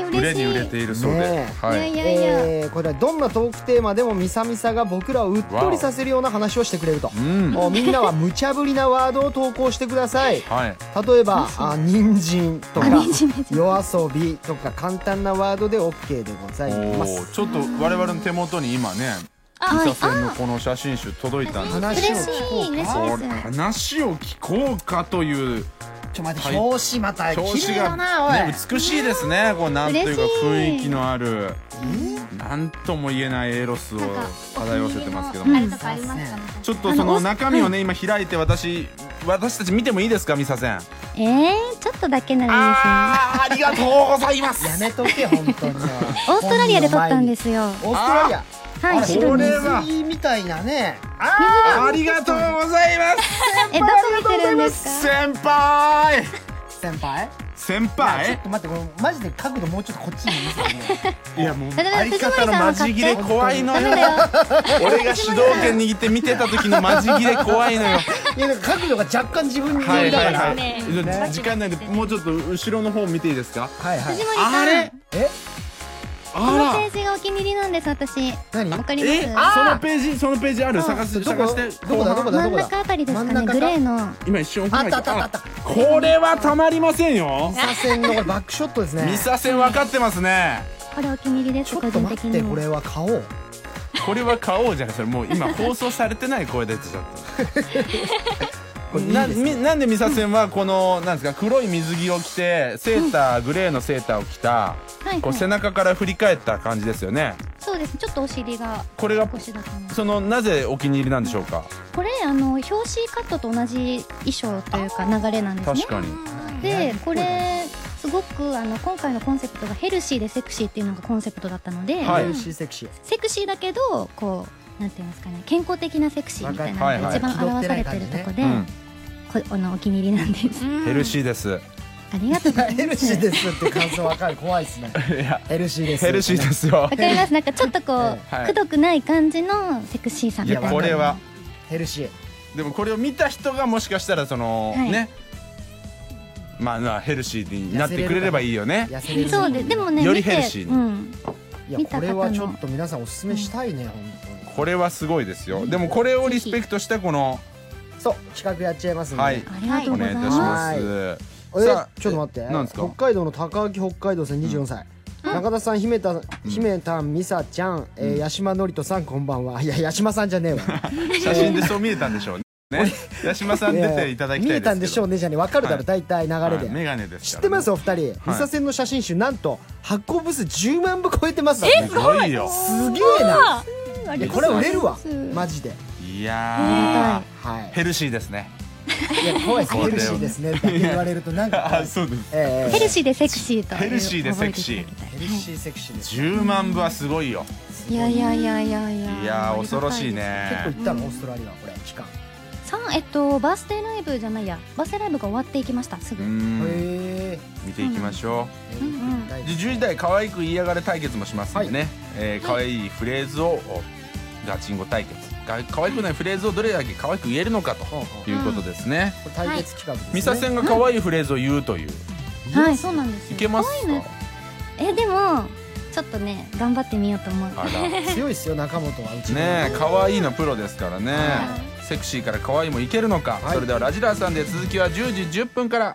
売れに売れているそうで、 ねはい、 いやいやいや、 えーこれはどんなトークテーマでもミサミサが僕らをうっとりさせるような話をしてくれると、 うんもうみんなは無茶ぶりなワードを投稿してください。 はい、 例えばあ人参とかあ人参夜遊びとか簡単なワードで OK でございまおす。 ーちょっと我々の手元に今ねミサセンのこの写真集届いたんです話を嬉し聞こいう嬉しいこれです。 話を聞こうかというちょ待って、 はい表紙また表綺麗紙がだなおい、 ね、美しいですね。こうなんというか嬉しい雰囲気のあるなんとも言えないエロスを漂わせてますけども、 あれとかありますかね。 ちょっとその中身をね今開いて私私たち見てもいいですかミサセン。 えー、ちょっとだけならいいですよ。 あーありがとうございます。 やめとけ本当に。 オーストラリアで撮ったんですよ。 オーストラリア。 はい、シこドニー。 れは水着みたいなね。 あありがとうございますえ、どこ見てるんですか？ 先輩先輩。 先いやちょっ輩と待って、これマジで角度もうちょっとこっちに見せてね。 いやもうだから相方のマジ切れ怖いのよダメだよ。 俺が主導権握って見てた時のマジ切れ怖いのよ。 いやなんか角度が若干自分にはい寄りだから。 はいはい、 ねね時間ないんでもうちょっと後ろの方見ていいですか。 はいはい。 藤森さん、 あれえ、 このペあージがお気に入りなんです私。 何？ わかりらえます？ そのページそのページある探すどこ探してどこだどこだ真ん中あたりですかね。 真ん中かグレーの。 今一瞬あったあったあったあった。 これはたまりませんよ。 ミサセンのこれバックショットですね。 ミサセン分かってますね。 これお気に入りです。 ちょ個っと待って、 人的にも。 これは買おう。 これは買おうじゃないそれもう今放送されてない声出てちゃったこれいいなですみなんでミサセンはこのなんですか黒い水着を着てセーターグレーのセーターを着たはいはい。 こう背中から振り返った感じですよね。 そうです。ちょっとお尻がこれが少しだと思う。 そのなぜお気に入りなんでしょうか。 これあの表紙カットと同じ衣装というか流れなんですね確。かにでこれすごくあの今回のコンセプトがヘルシーでセクシーっていうのがコンセプトだったので、 はいヘルシーセクシー。 セクシーだけどこうなんていうんですかね、健康的なセクシーみたいなのはいはいが一番表されてるとこで、 うんこあのお気に入りなんです。 ヘルシーですありがとうございます。 ヘルシーですって感想わかる。怖いですね。 いやヘルシーです。 ヘルシーですよわかります。なんかちょっとこう、 はいくどくない感じのセクシーさみいやたいな。 これはヘルシー。 でもこれを見た人がもしかしたらその、 はいねまあまあヘルシーになってくれればいいよね。 痩せれる。 そうででもねより見てヘルシーにうん、 いや見た方のこれはちょっと皆さんおすすめしたいね、本当に。 これはすごいですよ。でもこれをリスペクトしたこのそう企画やっちゃいますんで。 はいありがとおうございます。 願いいたします。 えさあちょっと待って。 なんですか北海道の高明北海道さんにじゅうよんさい。中田さん、姫田、姫田美沙ちゃん、えー、八島のりとさん、こんばんは。いや、八島さんじゃねえわ。 写真でそう見えたんでしょうね。八島さん出ていただきたいですけど。 見えたんでしょうねじゃね、わかるだろ、大体流れで。 はいメガネですからね。 知ってますお二人。ミサセンの写真集、なんと発行部数じゅうまんぶ超えてます。え、 すごいよ。 すげえな。いや、これは売れるわ。マジで。 いやーはい。 ヘルシーですね。 いや、怖いです。ヘルシーですね。だけ言われるとなんか怖い。 あ、そうです。 ええヘルシーでセクシーとヘルシーでセクシー覚えていただきたいヘルシーセクシーです。 じゅうまんぶはすごいよ。 いやいやいやいやいやいやー恐ろしい結構ね。 行ったのオーストラリアこれ期間。 さんえっとバースデーライブじゃないやバースデーライブが終わっていきましたすぐ、 ううんん。 へえ。 見ていきましょうんうんう。でじゅうじ台可愛く言いやがれ対決もしますんでね。えー可愛いフレーズをガチンコ対決。が可愛くないフレーズをどれだけ可愛く言えるのかとほうほういうことですね。 これ対決企画ですね。 ミサセンが可愛いフレーズを言うという。 はいそうなんですよいけます可愛いのか。 えでもちょっとね頑張ってみようと思うあら。 強いですよ中本はうちの。 ねえ可愛いのプロですからね、 はセクシーから可愛いもいけるのか、 はいそれではラジラーさんで続きはじゅうじじゅっぷんから。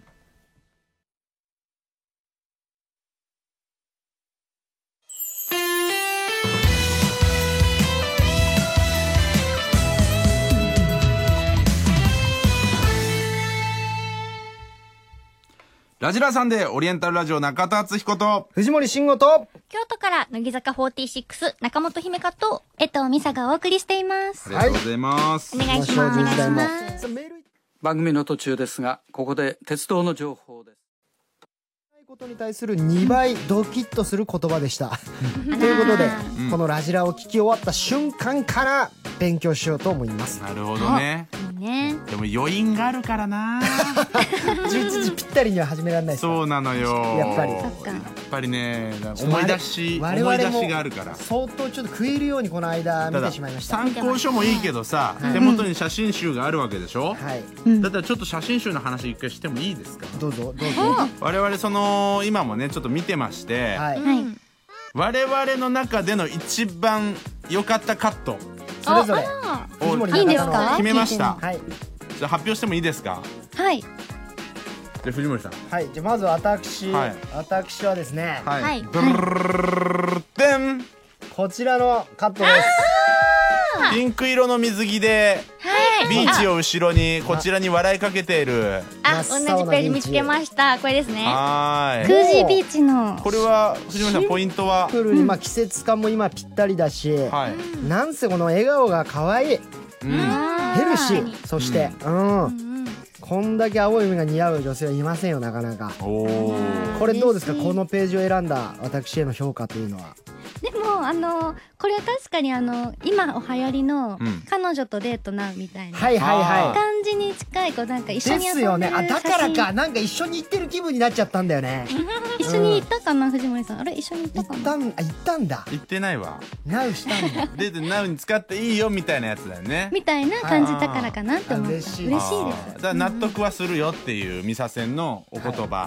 ラジラーさんでオリエンタルラジオ中田敦彦と藤森慎吾と。 京都から乃木坂フォーティーシックス中本姫香と江藤美沙がお送りしていますありがとうございます、 お願いします。 お願いしまますす。メール番組の途中ですがここで鉄道の情報です。 ことに対するにばいドキッとする言葉でした。ということで、 うんこのラジラを聞き終わった瞬間から勉強しようと思います。 なるほどね。 ね。 でも余韻があるからなじゅういちじぴったりには始められないですか。 そうなのよ。 やっぱりやっぱりね思い出し思い出しがあるから相当ちょっと食えるようにこの間見てしまいました。 参考書もいいけどさ、はい、手元に写真集があるわけでしょ、はい、だったらちょっと写真集の話一回してもいいですか。 どうぞどうぞ。 我々その今もねちょっと見てまして、はい、我々の中での一番良かったカットそれぞれをいいんですか決めました。はい、じゃあ発表してもいいですか。 はい。 じゃあ藤森さん。 はい。じゃあまず私、はい、私はですね。 はい。ドルルルデン。 こちらのカットです。 ピンク色の水着で、はい、ビーチを後ろにこちらに笑いかけている。 あ、同じページ見つけました。これですね。 はい。 クージービーチの。 これは藤森さんポイントは。 シンプルにまあ季節感も今ぴったりだし、はい、なんせこの笑顔が可愛い。うん、ヘルシー。そして、うん。うんこんだけ青い海が似合う女性はいませんよなかなか。おこれどうですかこのページを選んだ私への評価というのは。 でもあのこれは確かにあの今お流行りの彼女とデートなうみたいな感じに近いこうなんか一緒に遊んでる写真ですよね。 あだからかなんか一緒に行ってる気分になっちゃったんだよね。 一緒に行ったかな藤森さん。あれ一緒に行ったかな。 行ったん行ったんだ。 行ってないわ。 ナウしたんだ。 デートナウに使っていいよみたいなやつだよね。 みたいな感じだからかなって思った。嬉しいです。 だから納得はするよっていうミサセンのお言葉。はい。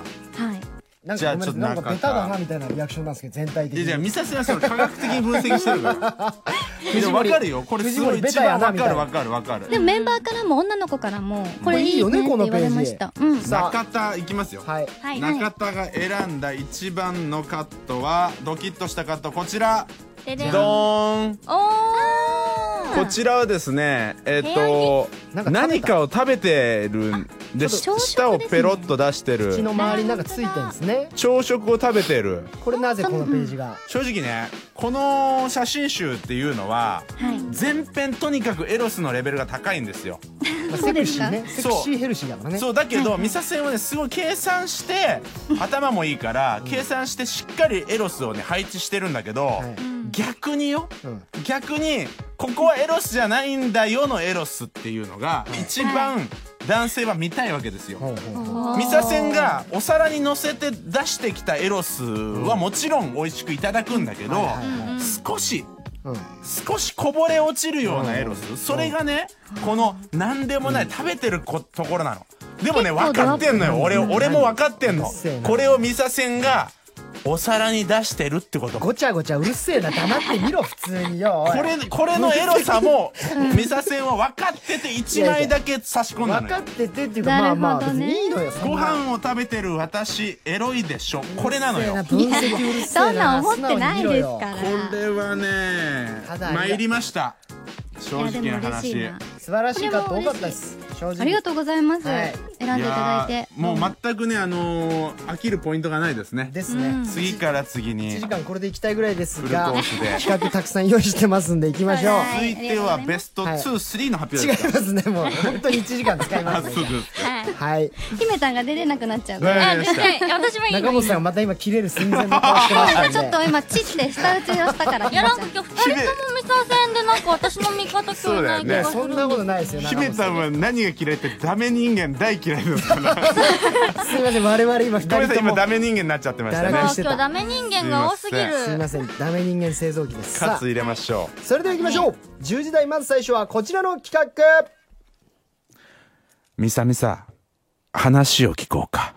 なんかごめんなんかベタだなみたいなリアクションなんですけど全体的に。 いやミサセンはその科学的に分析してるから。でも分かるよこれすごい一番分かる分かる分かる。 でもメンバーからも女の子からもこれいいよねって言われました。 中田いきますよ。中田が選んだ一番のカットはドキッとしたカットこちら。ドーン。こちらはですねえっと何かを食べてるんで舌をペロッと出してる口の周りになんかついてるんですね。 朝食を食べてる。 これなぜこのページが。 正直ねこの写真集っていうのは全編とにかくエロスのレベルが高いんですよ。 セクシーね。セクシーヘルシーだからね。 そうだけどミサセンはねすごい計算して頭もいいから計算してしっかりエロスをね配置してるんだけど逆によ逆にここはエロスじゃないんだよのエロスっていうのが一番男性は見たいわけですよ。ミサセンがお皿に乗せて出してきたエロスはもちろん美味しくいただくんだけど少し少しこぼれ落ちるようなエロスそれがねこの何でもない食べてるところなの。でもね分かってんのよ俺俺も分かってんの。これをミサセンがお皿に出してるってこと。 ごちゃごちゃうるせえな黙ってみろ普通によ。 これこれのエロさもミサセンは分かってていちまいだけ差し込んだのよ。 分かっててっていうかまあまあ別にいいのよ。 ご飯を食べてる私エロいでしょこれなのよ。 分析うるせえな。 そんな思ってないですから。 これはね参りました正直な話。 素晴らしいカット多かったです。 ありがとうございます。選んでいただいて。 もう全くねあの飽きるポイントがないですね。 ですね。 次から次にいちじかんこれでいきたいぐらいですが企画たくさん用意してますんでいきましょう。 続いてはベストツー、スリーの発表です。違いますねもう本当にいちじかん使います。はい。 姫たんが出れなくなっちゃう。 私もいい。 中本さんがまた今切れる寸前の顔してましたんで。 ちょっと今チって舌打ちをしたから。 いやなんか今日ふたりともミサセンでなんか私の味方今日ない気がする。 そんなことないですよ。 姫たんは何が嫌いってダメ人間大嫌いですから。 すいません我々今ふたりとも今ダメ人間になっちゃってましたね。 今日ダメ人間が多すぎる。 すいませんダメ人間製造機です。 カツ入れましょう。それではいきましょう。じゅうじ台まず最初はこちらの企画。 ミサミサ話を聞こうか。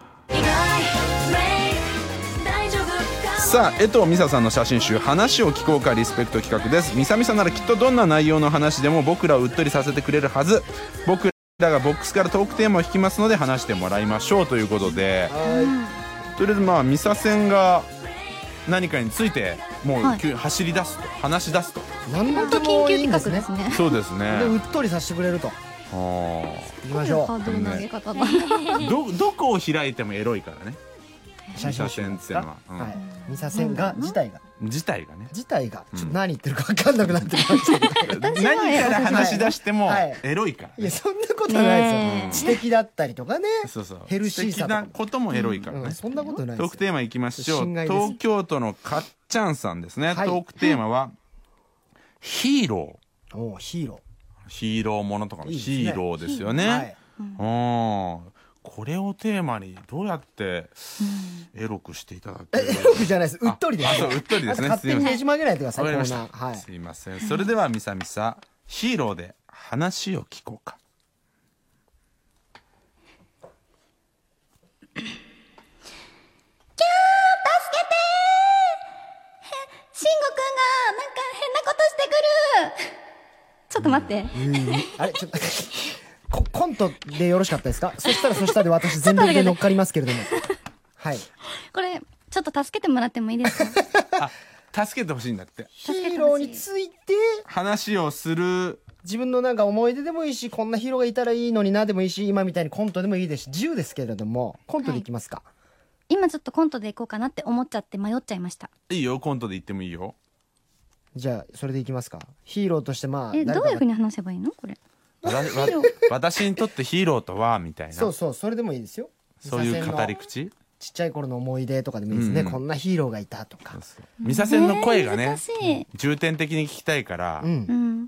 さあ江藤美沙さんの写真集話を聞こうかリスペクト企画です。ミサミサならきっとどんな内容の話でも僕らをうっとりさせてくれるはず。僕らがボックスからトークテーマを引きますので話してもらいましょうということで、とりあえずまあミサセンが何かについてもう、はい、走り出すと話し出すと何でもいいんですね。 そうですね。 でうっとりさせてくれると。行きましょう。 どどこを開いてもエロいからね。 写真集っていうのは、はい、ミサセンが自体が自体がね自体がちょっと何言ってるか分かんなくなってきましたけど、 何から話し出してもエロいから、ね、 いやそんなことないですよ。知的だったりとかね、 そうそうヘルシーさとか知的なこともエロいからね、うんうん、 そんなことないですよ。 トークテーマいきましょう。東京都のかっちゃんさんですね、はい、トークテーマはヒーロー。 おヒーロー。 ヒーローものとかのいいですねヒーローですよね。 はい、 うん、これをテーマにどうやってエロくしていただける、 エロくじゃないです、うっとりです。 あ、そう、うっとりですね。 勝手にねじ曲げないでください。 わかりました。 コーナー、はい、 すいません。それではみさみさヒーローで話を聞こうか。 キャー助けてー、慎吾くんがなんか変なことしてくる。ちょっと待って、 うん、あれちょっとコ, コントでよろしかったですか？そしたらそしたらで私全力で乗っかりますけれどもはい、 これちょっと助けてもらってもいいですか？ あ、助けてほしいんだって。 ヒーローについて話をする。 自分のなんか思い出でもいいし、こんなヒーローがいたらいいのになでもいいし、今みたいにコントでもいいですし、自由ですけれども、コントでいきますか？はい、 今ちょっとコントでいこうかなって思っちゃって迷っちゃいました。 いいよ、コントで言ってもいいよ。 じゃあそれでいきますか。ヒーローとしてまあえ、どういうふうに話せばいいのこれ？ 私にとってヒーローとはみたいな。 そうそう、それでもいいですよ。 そういう語り口、 ちっちゃい頃の思い出とかでもいいですね、うん、こんなヒーローがいたとか。 ミサセンの声がね、重点的に聞きたいから、うん、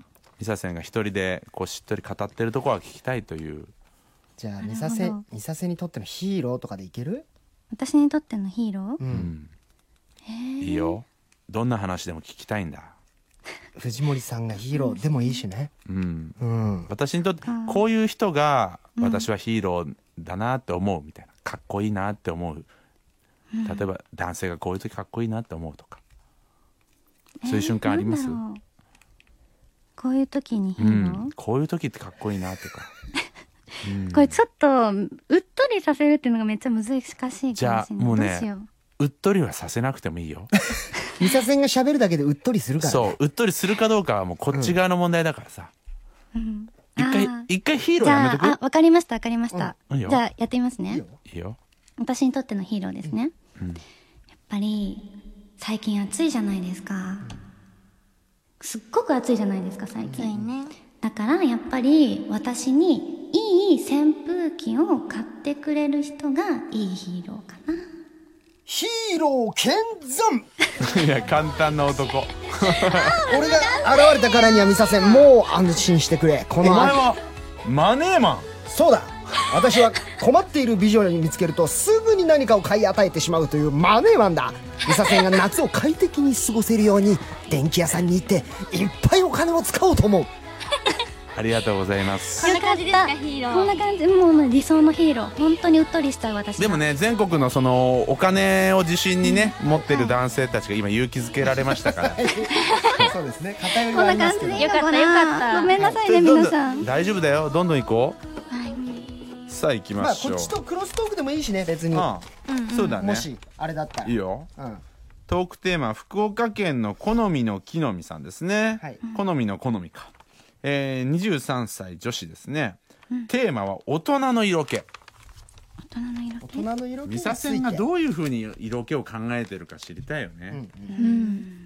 ミサセンが一人でこうしっとり語ってるところは聞きたいという。 じゃあミサセミサセにとってのヒーローとかでいける？ 私にとってのヒーロー、 うん、 いいよ、どんな話でも聞きたいんだ。 藤森さんがヒーローでもいいしね、 うんうん、私にとってこういう人が私はヒーローだなって思うみたいな、かっこいいなって思う、例えば男性がこういう時かっこいいなって思うとか、そういう瞬間あります？ えー、こういう時にヒーロー、 うん、こういう時ってかっこいいなとか、 うん、これちょっとうっとりさせるっていうのがめっちゃ難しいかもしれない。 じゃあもうね、うっとりはさせなくてもいいよ。 ミサセンが喋るだけでうっとりするから、ね、 そう、うっとりするかどうかはもうこっち側の問題だからさ、うん、一回一回ヒーローやめとく。 じゃあ、あ、わかりましたわかりました、 うん、 じゃあやってみますね。 いいよ、いいよ。 私にとってのヒーローですね、うんうん、やっぱり最近暑いじゃないですか。すっごく暑いじゃないですか最近、ね、だからやっぱり私にいい扇風機を買ってくれる人がいいヒーローかな。 ヒーロー見参。 いや簡単な男。 俺が現れたからにはミサセン、もう安心してくれ。このお前はマネーマン。 そうだ、私は困っている美女に見つけるとすぐに何かを買い与えてしまうというマネーマンだ。ミサセンが夏を快適に過ごせるように電気屋さんに行っていっぱいお金を使おうと思う。 ありがとうございます。 こんな感じですかヒーロー。 こんな感じ、もう理想のヒーロー。本当にうっとりした私。 でもね、全国のそのお金を自信にね、うん、持ってる男性たちが今勇気づけられましたから。 そうですね。偏りはありますけど。 よかったよかった。ごめんなさいね皆さん。 大丈夫だよ。どんどん行こう。はい。さあ行きましょう。 まあこっちとクロストークでもいいしね別に。ああ、うんうん、そうだね。 もしあれだったら。 いいよ。うん。トークテーマ、福岡県の好みの木の実さんですね。はい。好みの好みか。えー、にじゅうさんさい女子ですね、うん、テーマは大人の色気。 大人の色気。 大人の色気。 ミサセンがどういうふうに色気を考えてるか知りたいよね。 うん、うん、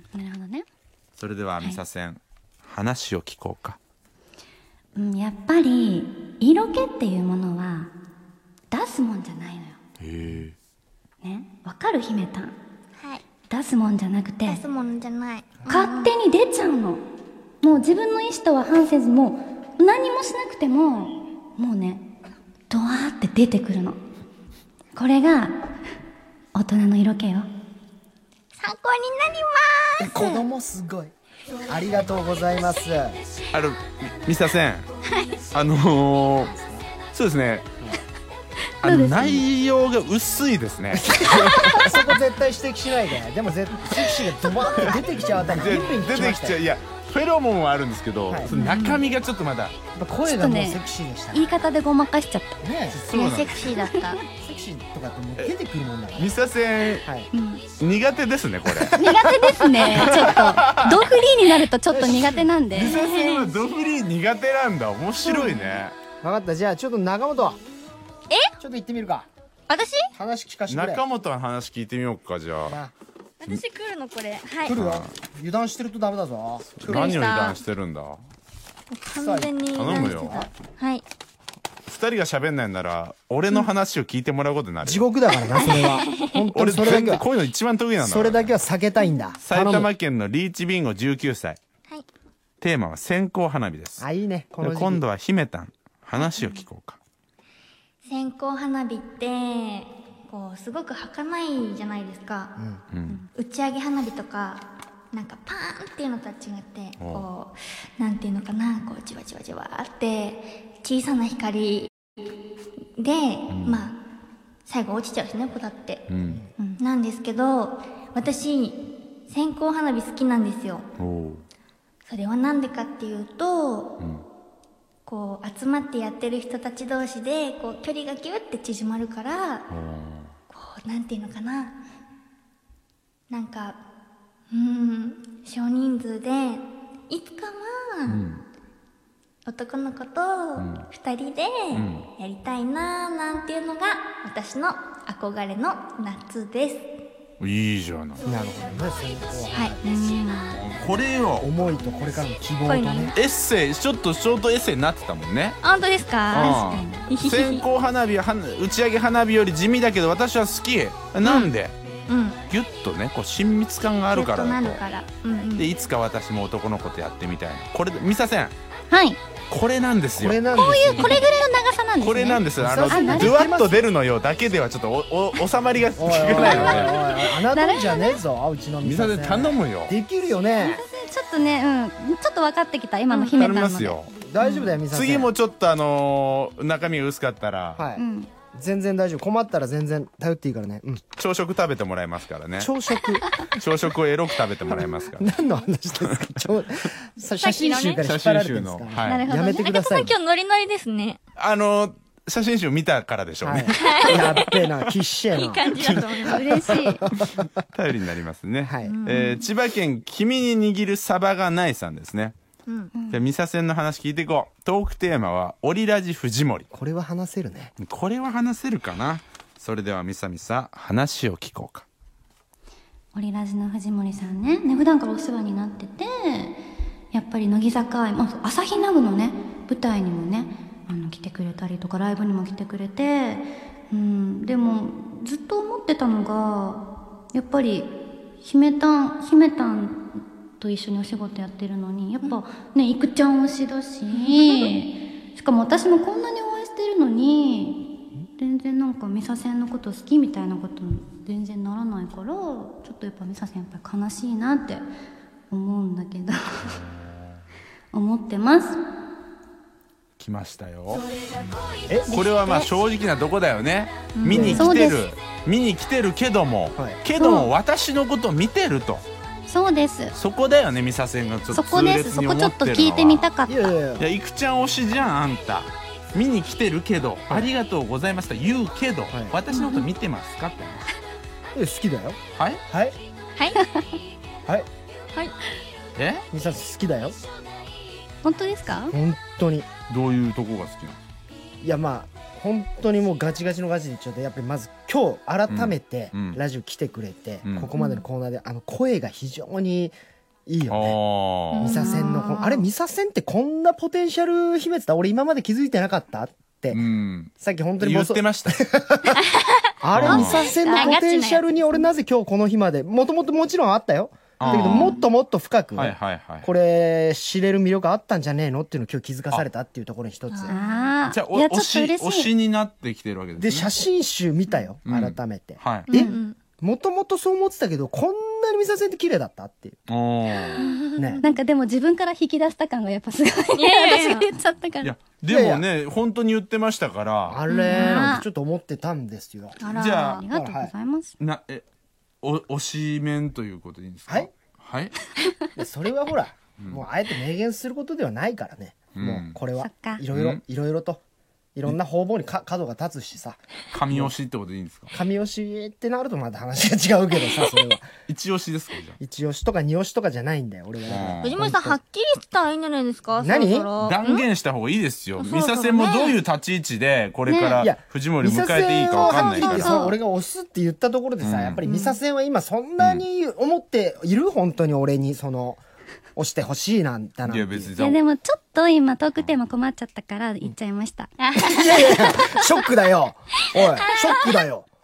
なるほどね。 それではミサセン、はい、話を聞こうか。 うん、やっぱり色気っていうものは出すもんじゃないのよ。 へえ。ね、わかる姫たん。 はい。 出すもんじゃなくて。 出すもんじゃない。 勝手に出ちゃうの。もう自分の意思とは反せず、もう何もしなくてももうねドワーって出てくるの。これが大人の色気よ。 参考になります。 子供すごい。ありがとうございます。 あのミサセン、はい、あのー、そうですね、あの内容が薄いですね。 そこ絶対指摘しないで。でもセクシーがドバーって出てきちゃうあたり出てきちゃう。いやフェロモンはあるんですけど、はい、その中身がちょっとまだ、 うん、声がもうセクシーでした、ね、 言い方でごまかしちゃったね。 そうなんセクシーだった。 セクシーとかってもう出てくるもんだから。 ミサセン、はい、苦手ですねこれ。 苦手ですね。ちょっとドフリーになるとちょっと苦手なんで。 ミサセンはドフリー苦手なんだ。面白いね。 分かった。じゃあちょっと中本、 えちょっと言ってみるか。 私話聞かせてくれ。 中本の話聞いてみようか。じゃあ、まあ私来るのこれ。はい。 来るわ。油断してるとダメだぞ。 何を油断してるんだ。 完全に頼むよ。 はい。 二人が喋んないなら俺の話を聞いてもらうことになる。 地獄だからなそれは。本当にそれだけはこういうの一番得意なんだ。 それだけは避けたいんだ。 埼玉県のリーチビンゴじゅうきゅうさい。 はい。 テーマは線香花火です。 あ、いいね。この時期今度は姫たん、話を聞こうか。 線香花火ってこうすごく儚いじゃないですか、うん、打ち上げ花火とかなんかパーンっていうのとは違ってこうなんていうのかな、こうじわじわじわって小さな光で、うん、まあ最後落ちちゃうしね、ポタって、うんうん、なんですけど、私線香花火好きなんですよ。それはなんでかっていうと、うん、こう集まってやってる人たち同士でこう距離がギュッて縮まるから、こうなんていうのかな、なんかうーん少人数でいつかは、うん、男の子と二人でやりたいなーなんていうのが私の憧れの夏です。 いいじゃない。 なるほどね。 はい。 これよ。 思いとこれからの希望とね。 エッセイ、ちょっとショートエッセイになってたもんね。 本当ですか？ 確かに。線香花火は打ち上げ花火より地味だけど私は好き。なんで？うん。ギュッとね、こう親密感があるからだと。 ギュッとなるから。うんうん。でいつか私も男の子とやってみたいな。これミサセン。 はい。 これなんですよ。 こういうこれぐらいの長さなんですね。 これなんです。あのドゥワッと出るのよだけではちょっとおお収まりが少ないので。 あなたじゃねえぞ、うちのミサセン頼むよ。 できるよね。 ちょっとね、うん、ちょっと分かってきた今の姫たんので。 大丈夫だよミサセン。 次もちょっとあの中身が薄かったら。 はい。全然大丈夫。困ったら全然頼っていいからね。うん。 朝食食べてもらえますからね。 朝食朝食をエロく食べてもらえますから。 何の話ですか？写真集から引っ張られてるんですか？ はい。 やめてください。 今日ノリノリですね。 あの写真集見たからでしょうね。 やっべえな、きっしえな。 いい感じだと思います。 嬉しい。 頼りになりますね。 はい。 え千葉県君に握るサバがないさんですね。うん、じゃあミサセンの話聞いていこう。トークテーマはオリラジ藤森。 これは話せるね。 これは話せるかな。それではミサミサ話を聞こうか。 オリラジの藤森さんね、ね普段からお世話になってて、やっぱり乃木坂朝日奈具のね舞台にもねあの来てくれたりとかライブにも来てくれて、うん、でもずっと思ってたのがやっぱり姫たん姫たんと一緒にお仕事やってるのにやっぱねいくちゃん推しだししかも私もこんなに応援してるのに全然なんかミサセンのこと好きみたいなこと全然ならないからちょっとやっぱミサセンやっぱ悲しいなって思うんだけど思ってます。 来ましたよ。えこれはまあ正直なとこだよね、うん、見に来てる見に来てるけども、はい、けども私のこと見てると。 そうです。 そこだよね、ミサセンがちょっと痛烈に思ってるのは。そこです。そこちょっと聞いてみたかった。いやいやいや、いくちゃん推しじゃんあんた。見に来てるけど、はい、ありがとうございますと言うけど、はい、私のこと見てますかって話。 え好きだよ。 はいはいはいはいはい。 えミサセン好きだよ。 本当ですか？ 本当に。 どういうとこが好きなの？ いやまあ本当にもうガチガチのガチで言っちゃうとやっぱりまず今日改めてラジオ来てくれて、うん、ここまでのコーナーであの声が非常にいいよね。ミサセンのあれミサセンってこんなポテンシャル秘密だ俺今まで気づいてなかったって、うん、さっき本当に言ってましたあれミサセンのポテンシャルに俺なぜ今日この日までもともともちろんあったよだけどもっともっと深くこれ知れる魅力あったんじゃねえのっていうのを今日気づかされたっていうところに一つ。 じゃあ推し推しになってきてるわけですね。 で写真集見たよ改めて。えもともとそう思ってたけどこんなにミサセンって綺麗だったっていう。 ねなんかでも自分から引き出した感がやっぱすごい。私が言っちゃったから。いやでもね本当に言ってましたから。 あれなんてちょっと思ってたんですよ。 じゃあありがとうございます。 なえお推し面ということでいいんですか？ はいはいそれはほら、うん、もうあえて明言することではないからね、うん、もうこれはいろいろいろいろといろんな方々にか角が立つしさ。 神推しってことでいいんですか？ 神推しってなるとまた話が違うけどさそれは一押しですか？じゃあ一押しとか二押しとかじゃないんだよ俺は。 藤森さんはっきりしたらいいんじゃないですか？ 何断言した方がいいですよ。ミサセンもどういう立ち位置でこれから藤森迎えていいか分かんないから。 俺が推すって言ったところでさ、やっぱりミサセンは今そんなに思っている本当に俺にその押してほしいなんだな。いや別に。いやでもちょっと今トークテーマ困っちゃったから言っちゃいました。 いやいやショックだよ。おいショックだよ。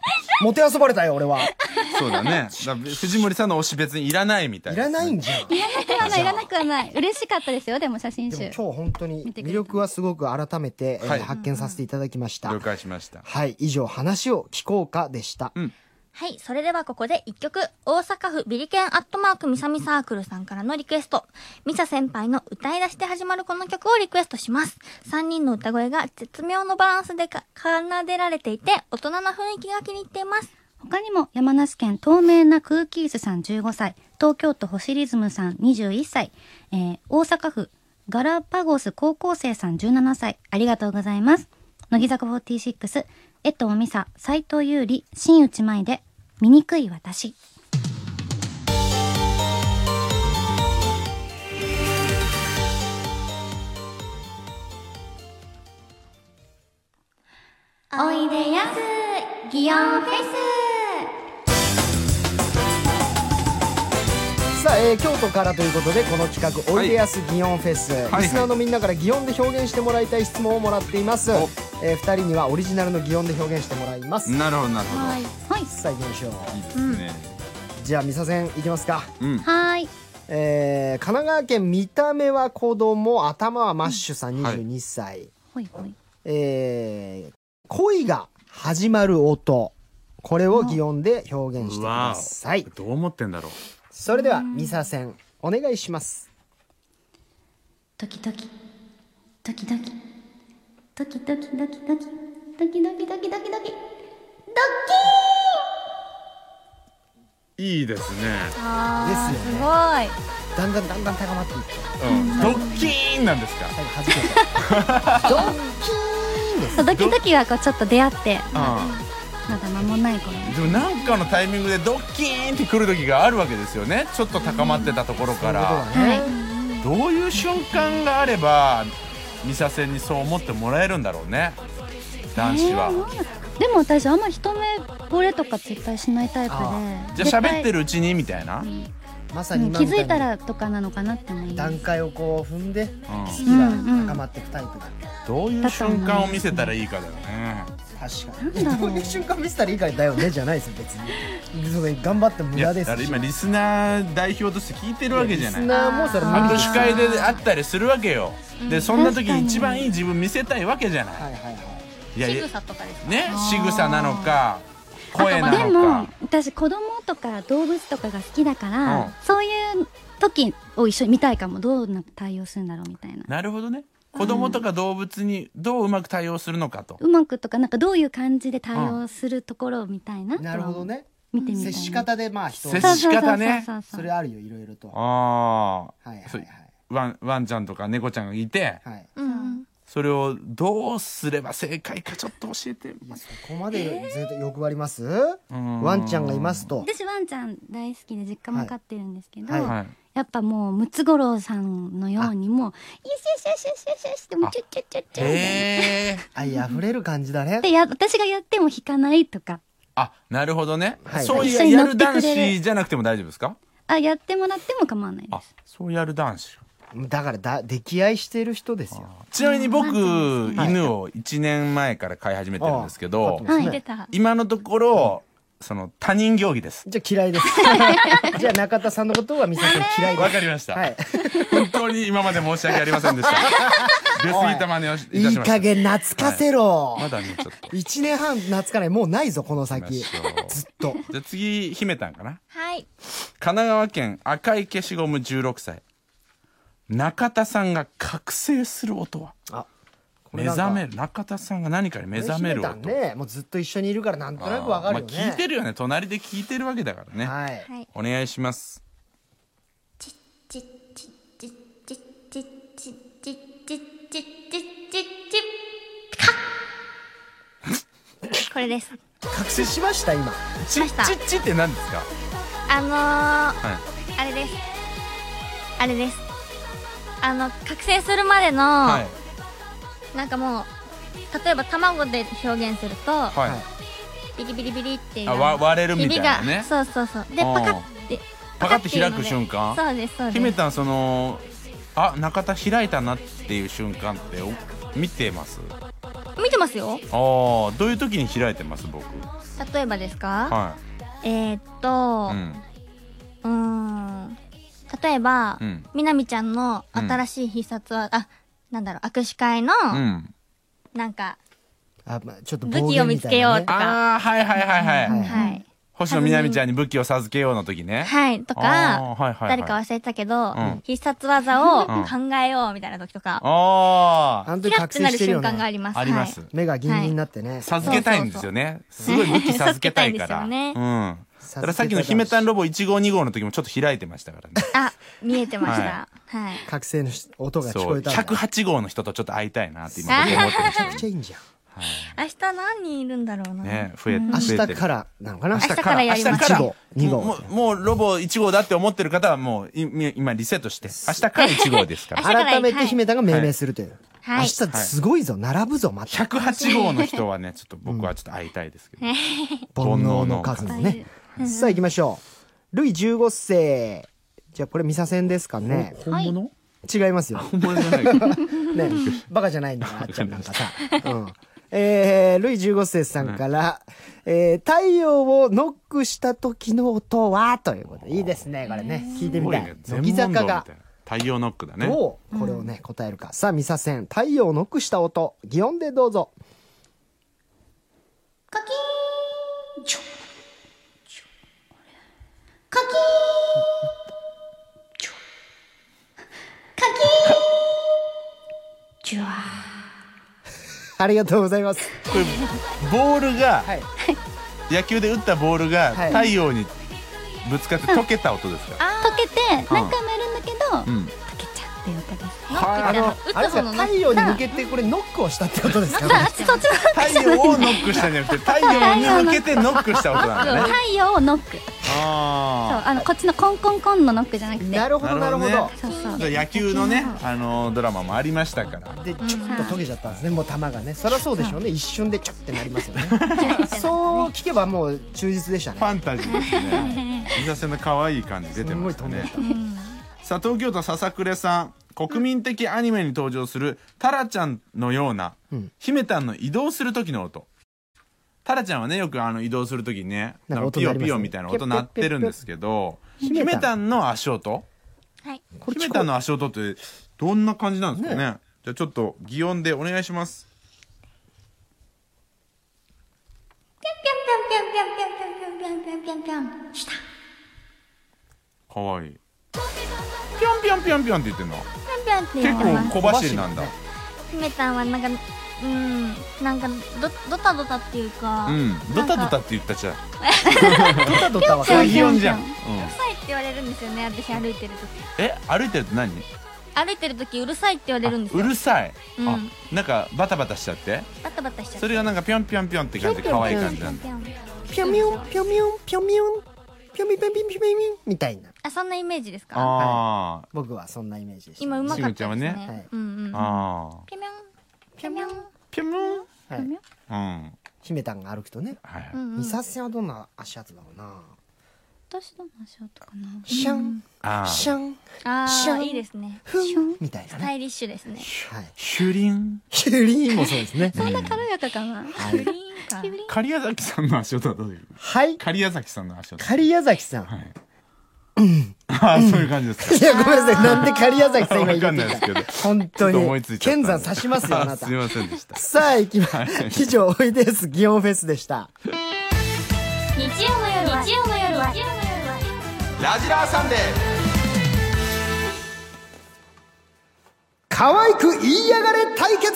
もてあそばれたよ俺は。 そうだね。だ藤森さんの推し別にいらないみたいな、 いらないんじゃん。 いらなくはないいらなくはない。嬉しかったですよでも写真集。 でも今日本当に魅力はすごく改めて、えーはい発見させていただきました。 了解しました。 はい、以上話を聞こうかでした。 うん。 はい、それではここで一曲、大阪府ビリケンアットマークミサミサークルさんからのリクエスト、ミサ先輩の歌い出しで始まるこの曲をリクエストします。さんにんの歌声が絶妙のバランスでか奏でられていて、大人な雰囲気が気に入っています。 他にも山梨県透明な空気椅子さんじゅうごさい、東京都星リズムさんにじゅういっさい、えー、大阪府ガラパゴス高校生さんじゅうななさい、ありがとうございます。乃木坂フォーティーシックス、江藤美沙、斉藤優里、新内舞で醜い私。 おいでやす祇園フェス。 さあ、えー京都からということでこの企画、おいでやす祇園フェス、 はいリスナーのみんなから祇園で表現してもらいたい質問をもらっています。 おえー、ふたりにはオリジナルの祇園で表現してもらいます。 なるほどなるほど。 はいさあ行きましょう。 いいですね。 じゃあミサ戦いきますか。 うん。 はーい。 えー、神奈川県見た目は子供頭はマッシュさんにじゅうにさい、 ほいほい。 えー、恋が始まる音、これを擬音で表現してください。 どう思ってんだろう。 それではミサ戦お願いします。 ドキドキドキドキドキドキドキドキドキドキドキドキドキドキいいですね。 あー、 ですよねすごい。 だんだんだんだん高まっていってうん。ドッキーンなんですか。 最後弾けたドッキーンです。 そうドキドキはこうちょっと出会ってうまだ間もない頃にん。でもなんかのタイミングでドッキーンって来る時があるわけですよね。ちょっと高まってたところから。 そういうことだね。 はどういう瞬間があればミサ戦にそう思ってもらえるんだろうね。男子は。 でも私あんまり一目惚れとか絶対しないタイプで、 じゃあ喋ってるるうちにみたいな。 まさに今気みたいにづいたらとかなのかなって思います。 段階をこう踏んで好きうんが高まっていくタイプだ。 どういう瞬間を見せたらいいかだよね。 確かに。 なんだろうどういう瞬間見せたらいいかだよねじゃないですよ別に。それ頑張って無いや駄ですし。 だから今リスナー代表として聞いてるわけじゃない。 リスナーもそれ無理です。 握手会で会ったりするわけよ。でそんな時に一番いい自分見せたいわけじゃない。 はいはいはい。 いやいや仕草とかですか。 ね、仕草なのか声なでものか。 私子供とか動物とかが好きだから、 うんそういう時を一緒に見たいかも。どうな対応するんだろうみたいな。 なるほどね。子供とか動物にどううまく対応するのかと。 うまくとかなんかどういう感じで対応するところみたいな。 なるほどね。 見てみたいな。 接し方でまあ人を接し方ねそうそうそうそうそれあるよいろいろと。はああ、 いはいそうはいワンワンちゃんとか猫ちゃんがいて、 はい。 うん。 それをどうすれば正解かちょっと教えて。 まあそこまでずっと欲張ります？ んワンちゃんがいますと。 私ワンちゃん大好きで実家も飼ってるんですけど、 はいはい。 やっぱもうムツゴロウさんのようにもう「よしよしよしよしよしよし」ってもうチュッチュッチュッチュッみたいなへえ。 愛あふれる感じだね。 でや私がやっても引かないとかあ、なるほどね。 はいそう一緒に乗いうやるってくれる男子じゃなくても大丈夫ですか？ あやってもらっても構わないであす。、 そうやる男子。 だからだ溺愛してる人ですよ。 ちなみに僕、 はい犬をいちねんまえから飼い始めてるんですけど、 あはい出た。 今のところ、その他人行儀です。 じゃあ嫌いです。じゃあ中田さんのことは美咲さん嫌いです。 わかりました。 はい。 本当に今まで申し訳ありませんでした。出過ぎた真似をいたしいいました。 加減懐かせろ。 まだね、ちょっと。 一年半懐かない。もうないぞこの先。 行きましょうずっと。 じゃあ次、姫たんかな。 はい。 神奈川県赤い消しゴムじゅうろくさい。中田さんが覚醒する音はあ、こ目れなんか覚める。中田さんが何かに目覚める音。 ね、もうずっと一緒にいるからなんとなくわかるよね。 まあ聞いてるよね。隣で聞いてるわけだからね。 はい。 はい。 お願いします。 チッチッチッチッチッチッチッチッチッチッチッチッチッピカッこれです。 覚醒しました今。 チッチッチって何ですか？ あのー、 はい。 あれです。あれです。あの、覚醒するまでの、 はい。 なんかもう、例えば卵で表現すると、 はい。 ビリビリビリっていうあわ割れるみたいなねひびがそうそうそうでうんパカッてパカッて開く瞬間そうですそうです姫たんそのあ中田開いたなっていう瞬間ってお見てます？ 見てますよ。 ああ、どういう時に開いてます僕？ 例えばですか？ はえーっと、 い。うん。 うーん。例えば、 うんみなみちゃんの新しい必殺は、あ、なんだろう、握手会の、 うん。 なんか、 あ、まあ、ちょっと武器を見つけようとか。 ああ、はいはいはいはい。 はい。 星野みなみちゃんに武器を授けようの時ね。 はい。とあーか、 はいはいはい誰か忘れてたけど、 うん必殺技をうん考えようみたいな時とか、 ああ、 あの時覚キラッてなる醒してるよ瞬間があね。 ります。 あります。 目がギンギンになってね。 授けたいんですよね。すごい武器授けたいから。 授けたいんですよねうん。だからさっきの姫たんロボいち号に号の時もちょっと開いてましたからね。 あ、見えてました。はい。 覚醒の音が聞そう。 こえたんだ。 ひゃくはち号の人とちょっと会いたいなって今僕思ってましためっちゃいいんじゃん。 明日何人いるんだろうな。 ね。増え、 明増えてる。 日からなのかな。 明日からやります明日からいち号、に号。 もう、もうロボいち号だって思ってる方はもうい今リセットして、明日からいち号ですから。 明日から改めて姫田が命名するという。 はい明日すごいぞ、並ぶぞ、また。 ひゃくはち号の人はね、ちょっと僕はちょっと会いたいですけど。 煩悩の数のね。さあ行きましょう。ルイじゅうご世。じゃあこれミサ戦ですかね。 本物？ 違いますよ。 本物じゃないか。 ね、バカじゃないんだから、あっちゃんなんかさ。うん。えー、ルイじゅうご世さんから、えー、太陽をノックした時の音はということで、いいですね、これね。聞いてみたい。乃木坂が。 太陽ノックだね。 どうこれをね、答えるか。さあ、ミサ戦、太陽をノックした音、擬音でどうぞ。 カキーンチョチョカキーンチョカキーンチュワありがとうございます。 これボールが、 はい。 野球で打ったボールがはい太陽にぶつかって溶けた音ですか？ 溶けて何回もやるんだけど、 うん。 溶けちゃうっていう音です。 ノックってあの、打あれですか、 った方のノ太陽に向けてこれノックをしたってことですか？ そっちの太陽をノックしたんじゃなくて太陽に向けてノックした音なんだね。 太陽をノック。そう、 ああのこっちのコンコンコンのノックじゃなくて。 なるほど、なるほど。 そうそう。 あ。野球のね、あのドラマもありましたから。 で、ちょっと溶けちゃったんですね、もう球がね。そりゃそうでしょうね。一瞬でちょってなりますよね。そう聞けばもう忠実でしたね。 ファンタジーですね。水田さんの可愛い感じ出てましたね。さあ東京都笹暮さん、国民的アニメに登場するタラちゃんのような、 うん姫たんの移動する時の音。タラちゃんはねよくあの移動する時にね、 なんか音ピ鳴りますねヨピヨみたいな音鳴ってるんですけど、 姫たん姫たんの足音、 はい。 姫たんの足音ってどんな感じなんですかね。じゃあちょっと擬音でお願いします。 ぴょんぴょんぴょんぴょんぴょんぴょんぴょんぴょんぴょんぴょんした。 かわいい。ぴょんぴょんぴょんぴょんって言ってんの。 ぴょんぴょんって言結ってます。 構小走りなんだ。 姫たんはなんか、うん、なんかドドタドタっていうか、 うん。ドタドタって言ったじゃん。 ドタドタはそれい。 擬音じゃん。うん。 うるさいって言われるんですよね、私歩いてる時。 え、歩いてるって何？ 歩いてる時うるさいって言われるんですうよ。 るさい。 うんあ、なんかバタバタしちゃって。 バタバタしちゃって。 それがなんかぴょんぴょんぴょんって感じで可愛い感じなんだ。 ぴょんぴょみょん、ぴょみょん、ぴょみょん、ぴょみぴょんぴょんぴょんぴょんみたいな。 あ、そんなイメージですか？ あ僕はそんなイメージでした。 今うまかったですしぐちゃんはねね。 はいうんうん。 あ、ああ。 ぴょみょんぴょみょんぴょんぴょん。 はい。 うん。 姫たんが歩くとね。 はいはい。 うんうん。 ミサセはどんな足跡だろうな。 私の足音かな。 シャン、 ああ。 シャン、 ああ、 シャンいいですね。 フンみたいなね。 スタイリッシュですね。 はい。 シュリン。 シュリーンもそうですね。 そんな軽やかかな。 はい。 グリーンか。 狩矢崎さんの足音はどういう？ はい。 狩矢崎さんの足音。 狩矢崎さん。 はい。ああ、そういう感じですか。 いや、ごめんなさい。なんで狩矢崎さん今わかん入れてたないですけど。 本当ちょっと思いについ。ちゃった剣山刺しますよ、あなたす。みませんでした。 さあ、行きま、以上、おいでです。祇園フェスでした。 日曜の夜は、日曜の夜は、 ラジラーサンデー。 可愛く言いやがれ対決。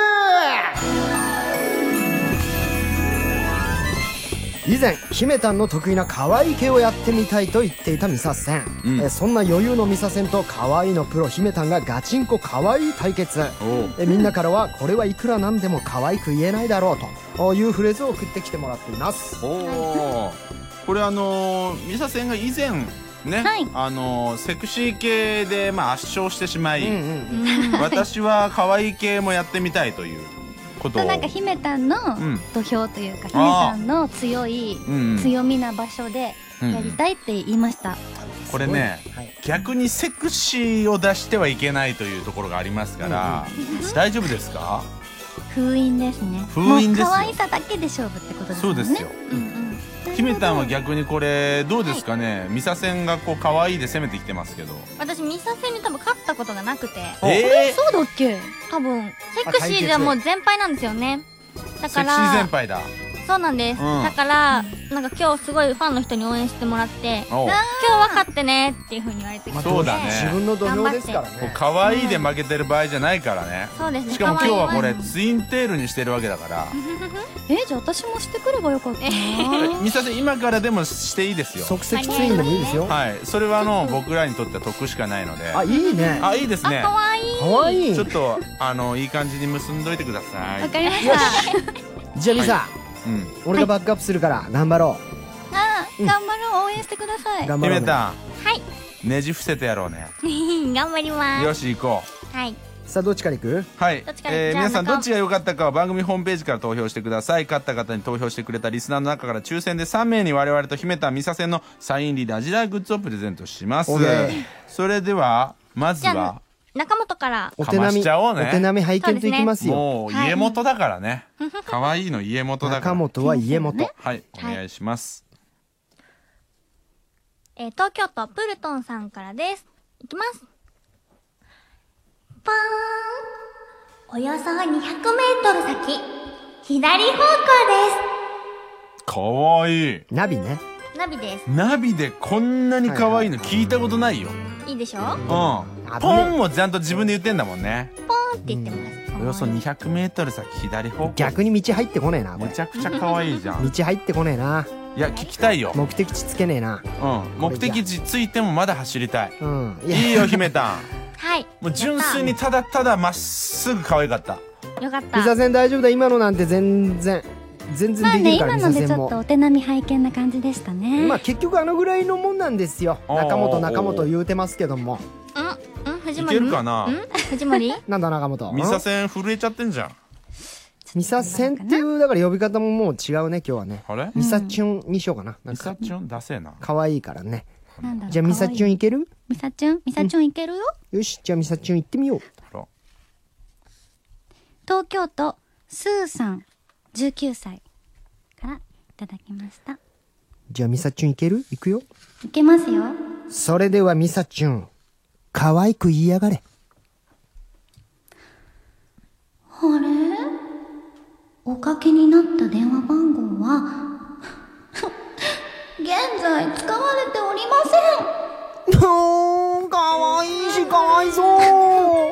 以前姫たんの得意な可愛い系をやってみたいと言っていたミサセン、 うんえそんな余裕のミサセンと可愛いのプロ姫たんがガチンコ可愛い対決。えみんなからはこれはいくらなんでも可愛く言えないだろうというフレーズを送ってきてもらっています。 おお。これあのー、ミサセンが以前ね、 はいあのー、セクシー系でまあ圧勝してしまい、 うんうん私は可愛い系もやってみたいということを。 なんか姫たんのん土俵というか、姫たんの強い、 うんうん強みな場所でやりたいって言いました。 これね、 はい逆にセクシーを出してはいけないというところがありますから、大丈夫ですか？ 封印ですね。 封印ですよ。 もう可愛さだけで勝負ってことですもんね。 そうですよ。姫たんは逆にこれどうですかね。ミサセンがこう可愛いで攻めてきてますけど。 私ミサセンに多分勝ったことがなくて。 えー、 そうだっけ？ 多分セクシーではもう全敗なんですよね。だから。 セクシー全敗だ。 そうなんです、うん、だからなんか今日すごいファンの人に応援してもらって今日は勝ってねっていう風に言われてきて、 そうだね、 自分の土俵ですからね。 可愛いで負けてる場合じゃないからね、 うん、そうですね。 しかも今日はこれツインテールにしてるわけだからえじゃあ私もしてくればよかったな。 ミサセン今からでもしていいですよ。 即席ツインでもいいですよ。 はい、それはあの僕らにとっては得しかないので。 あ、いいね。 あ、いいですね。 かわいい。 かわいい。 ちょっとあのいい感じに結んどいてください。 わかりました。 じゃあミサ、うん、俺がバックアップするから頑張ろう。 ああ、頑張ろう。応援してください。 頑張ろう。 姫たん、 はい。 ねじ伏せてやろうね。 頑張ります。 よし行こう。はい。 さあどっちから行く？ はい、えー、皆さんどっちが良かったかは番組ホームページから投票してください。勝った方に投票してくれたリスナーの中から抽選でさんめいに我々と姫たんミサセンのサイン入りラジラグッズをプレゼントします。それではまずは中本からお手並み、お手並み拝見といきますよ。 もう家元だからね。可愛いの家元だから。 中本は家元。 はい、お願いします。 えー、東京都プルトンさんからです。いきます。ポーン。およそにひゃくメートル先、左方向です。 かわいい。 ナビね。 ナビです。 ナビでこんなに可愛いの聞いたことないよ。 いいでしょ？ うん。ポンもちゃんと自分で言ってんだもんね。 ポンって言ってます。 およそにひゃくメートル先左方向。 逆に道入ってこねえな。 めちゃくちゃ可愛いじゃん。 道入ってこねえな。 いや聞きたいよ。 目的地つけねえな。 うん。目的地ついてもまだ走りたい。 うん。 いいよ姫たん。 はい。 もう純粋にただただまっすぐ可愛かった。 よかった。 ミサセン大丈夫だ。今のなんて全然全然できるから。 まあね、今のでちょっとお手並み拝見な感じでしたね。 まあ結局あのぐらいのもんなんですよ。中本中本言うてますけども。 うんうん。藤森。いけるかな。 藤森。 なんだ中本。 ミサセン震えちゃってんじゃん。 ミサセンっていうだから呼び方ももう違うね今日はね。 あれ？ ミサチュンにしようかな。 ミサチュンダセえな。 可愛いからね。じゃあミサチュンいける？ ミサチュンミサチュンいけるよ。 よしじゃあミサチュン行ってみよう。 東京都スーさんじゅうきゅうさいからいただきました。 じゃあミサチュンいける？いくよ。 いけますよ。 それではミサチュン可愛く言いやがれ。 あれ？おかけになった電話番号は現在使われておりません。 もうかわいいしかわいそう。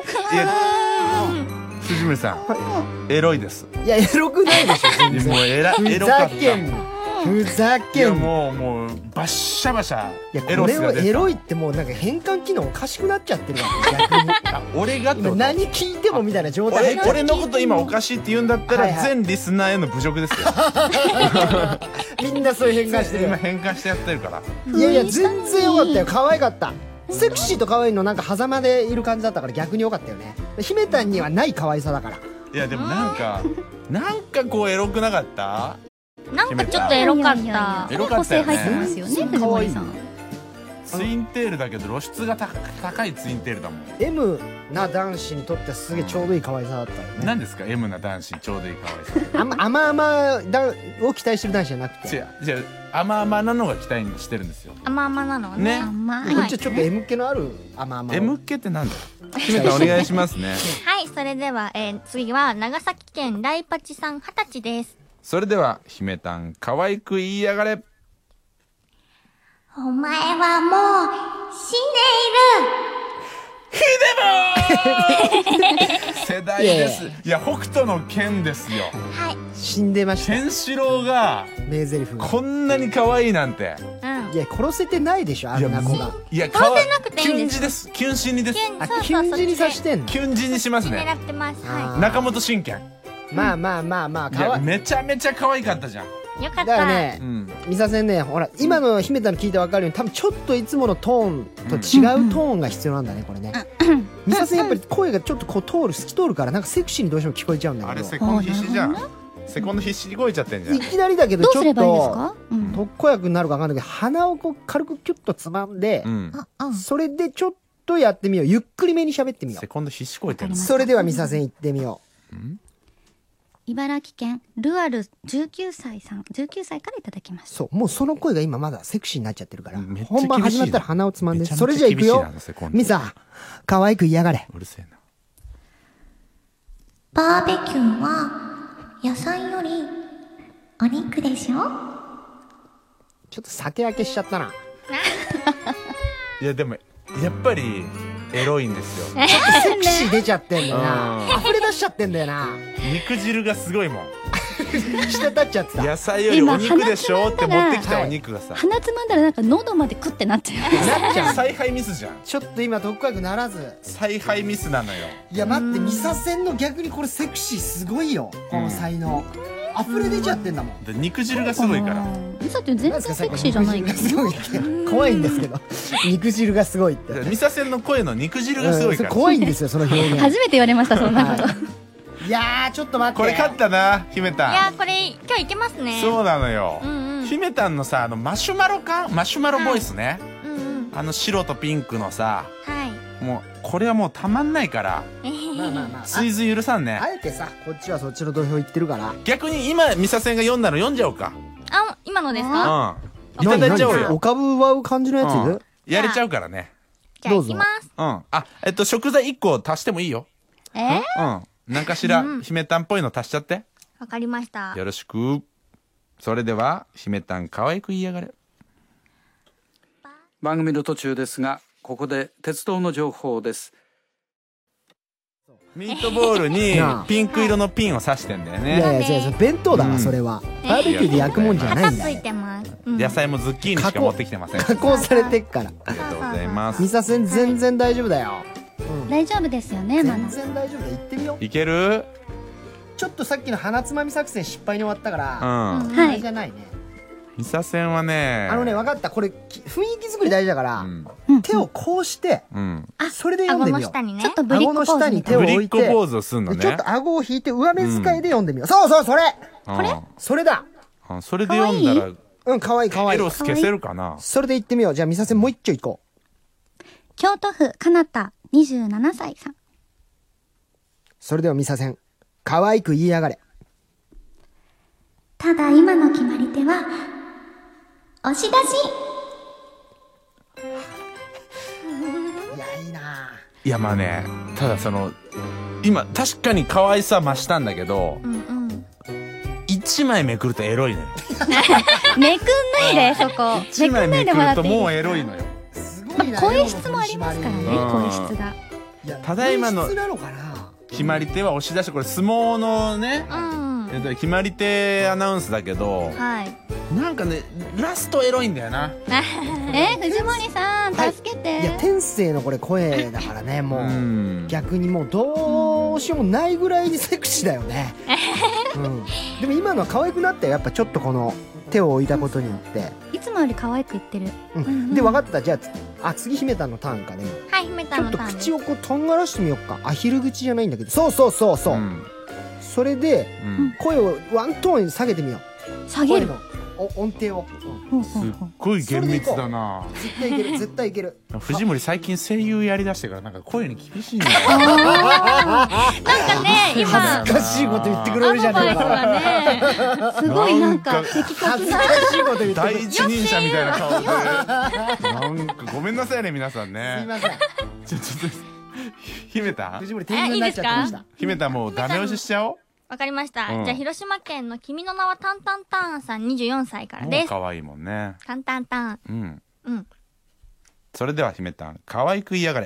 いや藤森さん、はい、エロいです。 いやエロくないでしょ全然。 もうエラエロかった。ふざけんな。 ふざけんな。 いやもうもうバッシャバシャエロスが出た。いやこれをエロいってもうなんか変換機能おかしくなっちゃってるわけ逆に。 あ俺がってこと？ 今何聞いてもみたいな状態。 俺, 俺のこと今おかしいって言うんだったら、はいはい、全リスナーへの侮辱ですよ。 みんなそういう変換してる。 今変換してやってるから。 いやいや全然よかったよ。可愛かった。セクシーと可愛いのなんか狭間でいる感じだったから逆に良かったよね。姫たんにはない可愛さだから。 いやでもなんかなんかこうエロくなかった？ なんかちょっとエロかった。 エロかったよね。 個性入ってますよね藤森さん。 ツインテールだけど露出が高いツインテールだもん。 M な男子にとってはすげえちょうどいい可愛さだったよね。 何ですか M な男子にちょうどいい可愛さ。 あま甘々だを期待してる男子じゃなくて。 違うじゃあ甘々なのが期待してるんですよ。 甘々なのね。 ね。こっちはちょっと M 気のある甘々。 M 気ってなんだ。姫たんお願いしますね。 はい、それでは、えー、次は長崎県ライパチさんはたちです。 それでは姫たん可愛く言いやがれ。 お前はもう死んでいる。ひでも世代です。いや北斗の拳ですよ。 はい。 死んでました。 ケンシロウが名台詞こんなに可愛いなんて。 うん。 いや殺せてないでしょあんな子が。 いや殺せなくていいんです。 キュンジです。キュン死にです。 あキュンジにさしてんの。 キュンジにしますね。 狙ってます。はい。中本真剣。 まあまあまあまあ可愛い。めちゃめちゃ可愛かったじゃん。 よかった。 だからね、ミサセンね、ほら今の姫たの聞いて分かるように多分ちょっといつものトーンと違うトーンが必要なんだねこれね。ミサセンやっぱり声がちょっとこう通る透き通るからなんかセクシーにどうしても聞こえちゃうんだけど。 あれセコンド必死じゃん。セコンド必死に超えちゃってんじゃん。 いきなりだけどちょっとうん、 特効薬になるか分かんないけど鼻をこう軽くキュッとつまんで、うん、それでちょっとやってみよう。ゆっくりめに喋ってみよう。 セコンド必死超えてる。 それではミサセン行ってみよう。うん茨城県ルアルじゅうきゅうさいさん、じゅうきゅうさいからいただきました。 そう、もうその声が今まだセクシーになっちゃってるから、 めっちゃ厳しい本番始まったら鼻をつまんで、 めちゃめちゃそれじゃあ行くよ厳しいなセコンドミサ、可愛く言いやがれ。 うるせえな。 バーベキューは野菜よりお肉でしょ。 ちょっと酒焼けしちゃったな。 いやでもやっぱりエロいんですよ。 セクシー出ちゃってんだよな。 うん溢れ出しちゃってんだよな。 肉汁がすごいもん。 滴っちゃってた。 野菜よりお肉でしょって持ってきたお肉がさ、 鼻つまんだらなんか喉までクッてなっちゃう。 なっちゃう。 采配ミスじゃん。 ちょっと今どっかくならず。 采配ミスなのよ。 いや待って、ミサセンの逆にこれセクシーすごいよ、この才能。溢れ出ちゃってんだもん。 で肉汁がすごいから。 ミサって全然セクシーじゃないけど。 肉汁がすごいって怖いんですけど、肉汁がすごいって。 ミサセンの声の肉汁がすごいから。 うん、怖いんですよその表現。 初めて言われましたそんなこと。 いやーちょっと待って。 これ勝ったな姫たん。 いやーこれ今日いけますね。 そうなのよ。 うんうん、 姫たんのさあのマシュマロ感マシュマロボイスね。 はい、うんうん、 あの白とピンクのさ。 はい。 もうこれはもうたまんないから。 まあまあまあ。 ツイズ許さんね。 あえてさこっちはそっちの土俵行ってるから。 逆に今ミサセンが読んだの読んじゃおうか。 あ今のですか？ うん。いただいちゃおうよ。 おかぶ割う感じのやついる？ やれちゃうからね。 じゃあ行きます。 うん。あえっと食材いっこ足してもいいよ。 え？ うん。なんかしら、うん、姫たんっぽいの足しちゃって。 わかりました。 よろしく。それでは姫たん可愛く言いやがれ。 番組の途中ですがここで鉄道の情報です。 ミートボールにピンク色のピンを刺してんだよね。 いやいや違う弁当だわ、うん、それはバーベキューで焼くもんじゃないんだよ。 うん、野菜もズッキーニしか持ってきてません。 加工されてっから。 ありがとうございます。 ミサセン全然大丈夫だよ。 うん、大丈夫ですよね。 全然大丈夫だ。行ってみよう。 いける？ ちょっとさっきの鼻つまみ作戦失敗に終わったから、 うん、 はいじゃないね。 ミサセンはね、 あのね分かった。これ雰囲気作り大事だから、うん、手をこうして、うん、それで読んでみよう。 顎の下にね。 ちょっとブリッコポーズ。 顎の下に手を置いて、 ブリッコポーズをするのね。 ちょっと顎を引いて上目遣いで読んでみよう。うん、そうそうそれ。 これ？ それだ。 それで読んだら、 うん可愛い可愛い。 エロス消せるかな。 それで行ってみよう。じゃあミサセンもう一丁行こう。 京都府かなたにじゅうななさいさん。 それではミサセン可愛く言いやがれ。 ただ今の決まり手は押し出し。 いやいいな。 いやまあね、ただその今確かに可愛さ増したんだけど、うんうん、いちまいめくるとエロいのよ。 めくんないでそこ。 いちまいめくるともうエロいのよ。 まあ、声質もありますからね、声質が。 ただいまの決まり手は押し出し、これ相撲のね、うん、決まり手アナウンスだけど、はい、なんかねラストエロいんだよな。 え藤森さん助けて、はい、 いや天性のこれ声だからね、もう、うん、逆にもうどうしようもないぐらいにセクシーだよね、うん、でも今のは可愛くなったよ。やっぱちょっとこの手を置いたことによっていつもより可愛く言ってる、 うん、で分かった。じゃああ次姫たんのターンかね。 はい姫たんのターン。 ちょっと口をこうとんがらしてみようか。アヒル口じゃないんだけど、そうそうそうそう、うん、それで、うん、声をワントーンに下げてみよう。 下げるの音程を、 うん、すっごい厳密だな。 絶対いける絶対いける。 藤森最近声優やりだしてからなんか声に厳しいんだよ。 なんかね今恥ずかしいこと言ってくれるじゃねえか、 ね、すごいなんか的確な恥ずかしいこと言ってくれる第一人者みたいな顔でなんかごめんなさいね皆さんね。 すいません。 ちょちょっと姫たん藤森天狗になっちゃってました。 姫たんもうダメ押ししちゃおう。 わかりました、うん、じゃあ広島県の君の名はタンタンタンさんにじゅうよんさいからです。 可愛いもんね。 タンタンタン。 うんうんそれでは姫たん可愛く言いやがれ。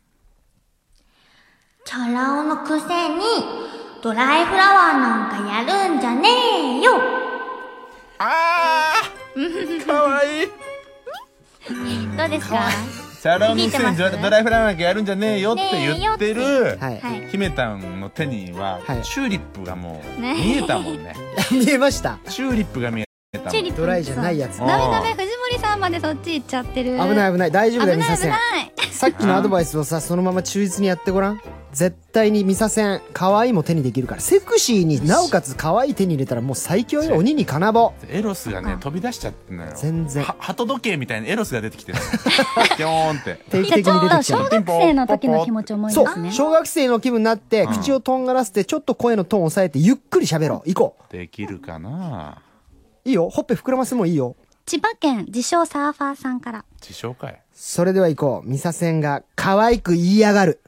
チャラ男のくせにドライフラワーなんかやるんじゃねえよ。 あー可愛いどうですか。 チャラ男のくせにドライフラワーなんかやるんじゃねえよって言ってる姫たんの手にはチューリップがもう見えたもんね。 見えました。 チューリップが見えたもん。 ドライじゃないやつ。 ダメダメ藤森さんまでそっち行っちゃってる。 危ない危ない大丈夫だよ。 危ない危ない。 さっきのアドバイスをさそのまま忠実にやってごらん。 絶対にミサセン可愛いも手にできるから、セクシーになおかつ可愛い手に入れたらもう最強よ。鬼に金棒。 エロスがね飛び出しちゃってんのよ。 全然は鳩時計みたいにエロスが出てきてるピョーンって定期的に出てきちゃう。 小学生の時の気持ち思いそうますね。 小学生の気分になって、口をとんがらせてちょっと声のトーンを抑えてゆっくり喋ろう。行こう。 できるかな。 いいよ、ほっぺ膨らますもいいよ。 千葉県自称サーファーさんから。 自称かい。 それでは行こう。ミサセンが可愛く言いやがる。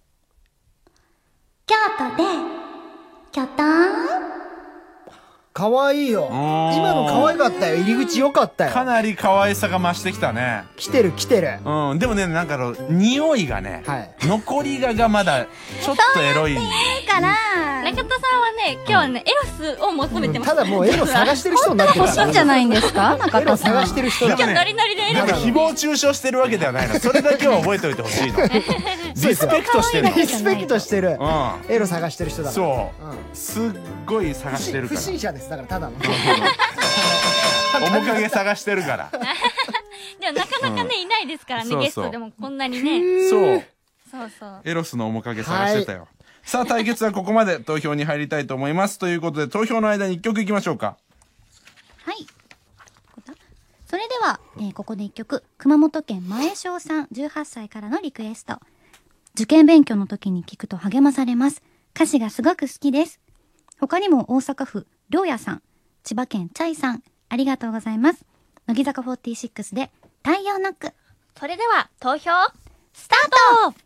京都でキョトン。 可愛いよ。今の可愛かったよ。入り口良かったよ。 かなり可愛さが増してきたね。 来てる来てる。 うん、でもね、なんかの匂いがね、はい、残りががまだちょっとエロい。 いいから。中田さんはね、今日はね、エロスを求めてます。 ただもうエロ探してる人になってる。 欲しいんじゃないんですか、中田さん。 エロ探してる人だ。 でもね、 ノリノリでエロでも誹謗中傷してるわけではないの。それだけは覚えておいてほしいの。リスペクトしてる。 リスペクトしてる。エロ探してる人だから。 そう。すっごい探してるから。 不審者です。だからただの。 面影探してるから。 でもなかなかね、いないですからね、ゲストでもこんなにね。 そう。 そうそう。 エロスの面影探してたよ。さあ、対決はここまで。投票に入りたいと思います。ということで、投票の間にいっきょくいきましょうか。 はい。それでは、えー、ここでいっきょく、熊本県前翔さんじゅうはっさいからのリクエスト。受験勉強の時に聞くと励まされます。歌詞がすごく好きです。他にも大阪府りょうやさん、千葉県チャイさん、ありがとうございます。乃木坂フォーティーシックスで太陽ノック。 それでは投票スタート。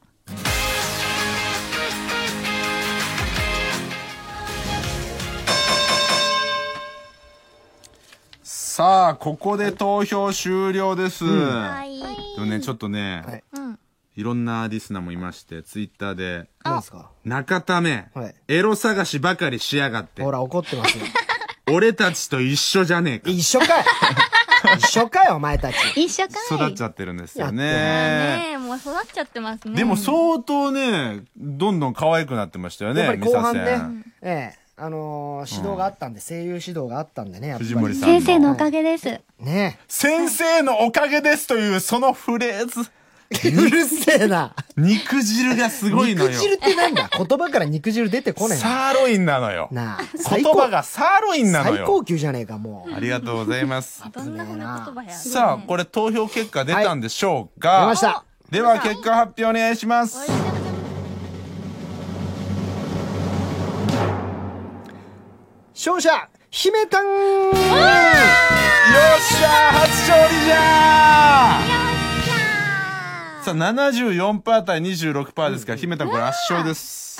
さあ、ここで投票終了です。うん、 はい。 でもね、ちょっとね、はい、いろんなリスナーもいまして、ツイッターで、中田め、はい、エロ探しばかりしやがって。 ほら、怒ってますよ。 俺たちと一緒じゃねえか。 一緒かい一緒かよ、お前たち。 一緒かい。 育っちゃってるんですよね。 ねえ、もう育っちゃってますね。 でも相当ね、どんどん可愛くなってましたよね、 やっぱり後半ね、ええ。あのー、指導があったんで、声優指導があったんでね、やっぱり。 藤森さんの。 先生のおかげです。はい、 ね先生のおかげですというそのフレーズ。 うるせえな。 肉汁がすごいのよ。 肉汁ってなんだ。言葉から肉汁出てこねえ。 サーロインなのよ。 なあ。 言葉がサーロインなのよ。 最高級じゃねえか、もう。 ありがとうございます。 どんな言葉や。 さあ、これ投票結果出たんでしょうか。 出ました。 では結果発表お願いします。 勝者姫たん。よっしゃ初勝利じゃー。さあ ななじゅうよんパーセント 対 にじゅうろくパーセント ですから姫たんこれ圧勝です。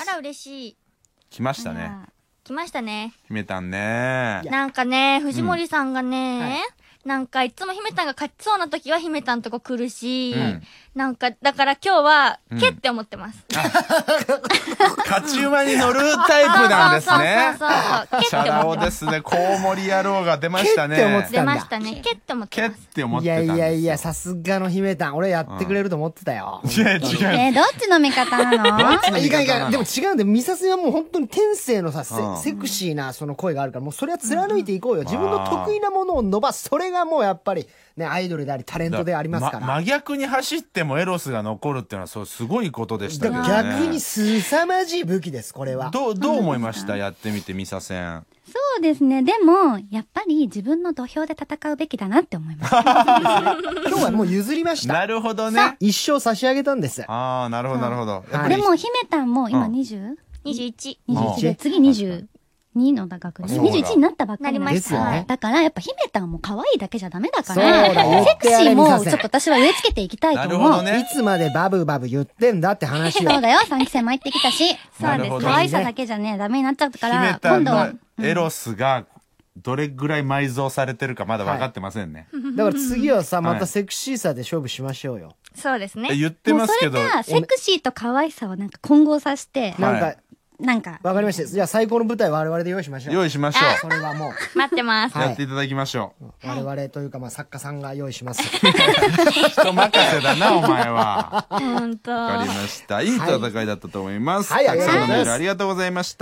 あら嬉しい。 来ましたね。 来ましたね。 姫たんね。 なんかね、藤森さんがね、なんかいつも姫たんが勝ちそうな時は姫たんとこ来るし、なんかだから今日はけって思ってます。 勝ち馬に乗るタイプなんですね。 そうそうそう。 チャラ男ですね。コウモリ野郎が出ましたね。 出ましたね。けって思ってます。 けって思ってたんですよ。 いやいやいや、さすがの姫たん。俺やってくれると思ってたよ。 いや違う。 え、どっちの味方なの？ いかんいかん。でも違うんで、ミサスはもう本当に天性のさ、セクシーなその声があるから、もうそれは貫いていこうよ。自分の得意なものを伸ばす。それがもうやっぱり、ね、アイドルでありタレントでありますから、 ま、真逆に走ってもエロスが残るっていうのはそうすごいことでしたけどね。 逆に凄まじい武器です。これはどうどう思いました？やってみてミサセン。 そうですね。でもやっぱり自分の土俵で戦うべきだなって思います。今日はもう譲りました。 なるほどね。 一生差し上げたんです。 ああ、なるほどなるほど。 でも姫たんも今にじゅう、 にじゅういち、 にじゅういちで次にじゅうにの学年にじゅういちになったばっかりなんですよね。だからやっぱ姫たんも可愛いだけじゃダメだから、セクシーもちょっと私は植え付けていきたいと思う。 いつまでバブバブ言ってんだって話よ。 そうだよ、さんき生も入ってきたし、そうです。可愛さだけじゃねダメになっちゃったから、 今度はエロスがどれぐらい埋蔵されてるかまだ分かってませんね。 だから次はさ、またセクシーさで勝負しましょうよ。 そうですね。 言ってますけど、 それがセクシーと可愛さをなんか混合させて、 なんかなんか。 わかりました。じゃあ最高の舞台我々で用意しましょう。 用意しましょう。 それはもう。待ってます。 やっていただきましょう。我々というか、まあ作家さんが用意します。 人任せだな、お前は。 本当。 わかりました。いい戦いだったと思います。はい、たくさんのメールありがとうございました。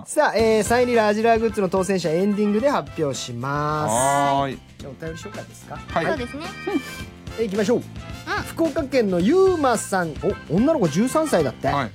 さあ、えー、サインリラアジラーグッズの当選者エンディングで発表します。 はい。 じゃあお便り紹介ですか。 はい。そうですね。 え、行きましょう。福岡県のゆうまさん、お、女の子じゅうさんさいだって。はい。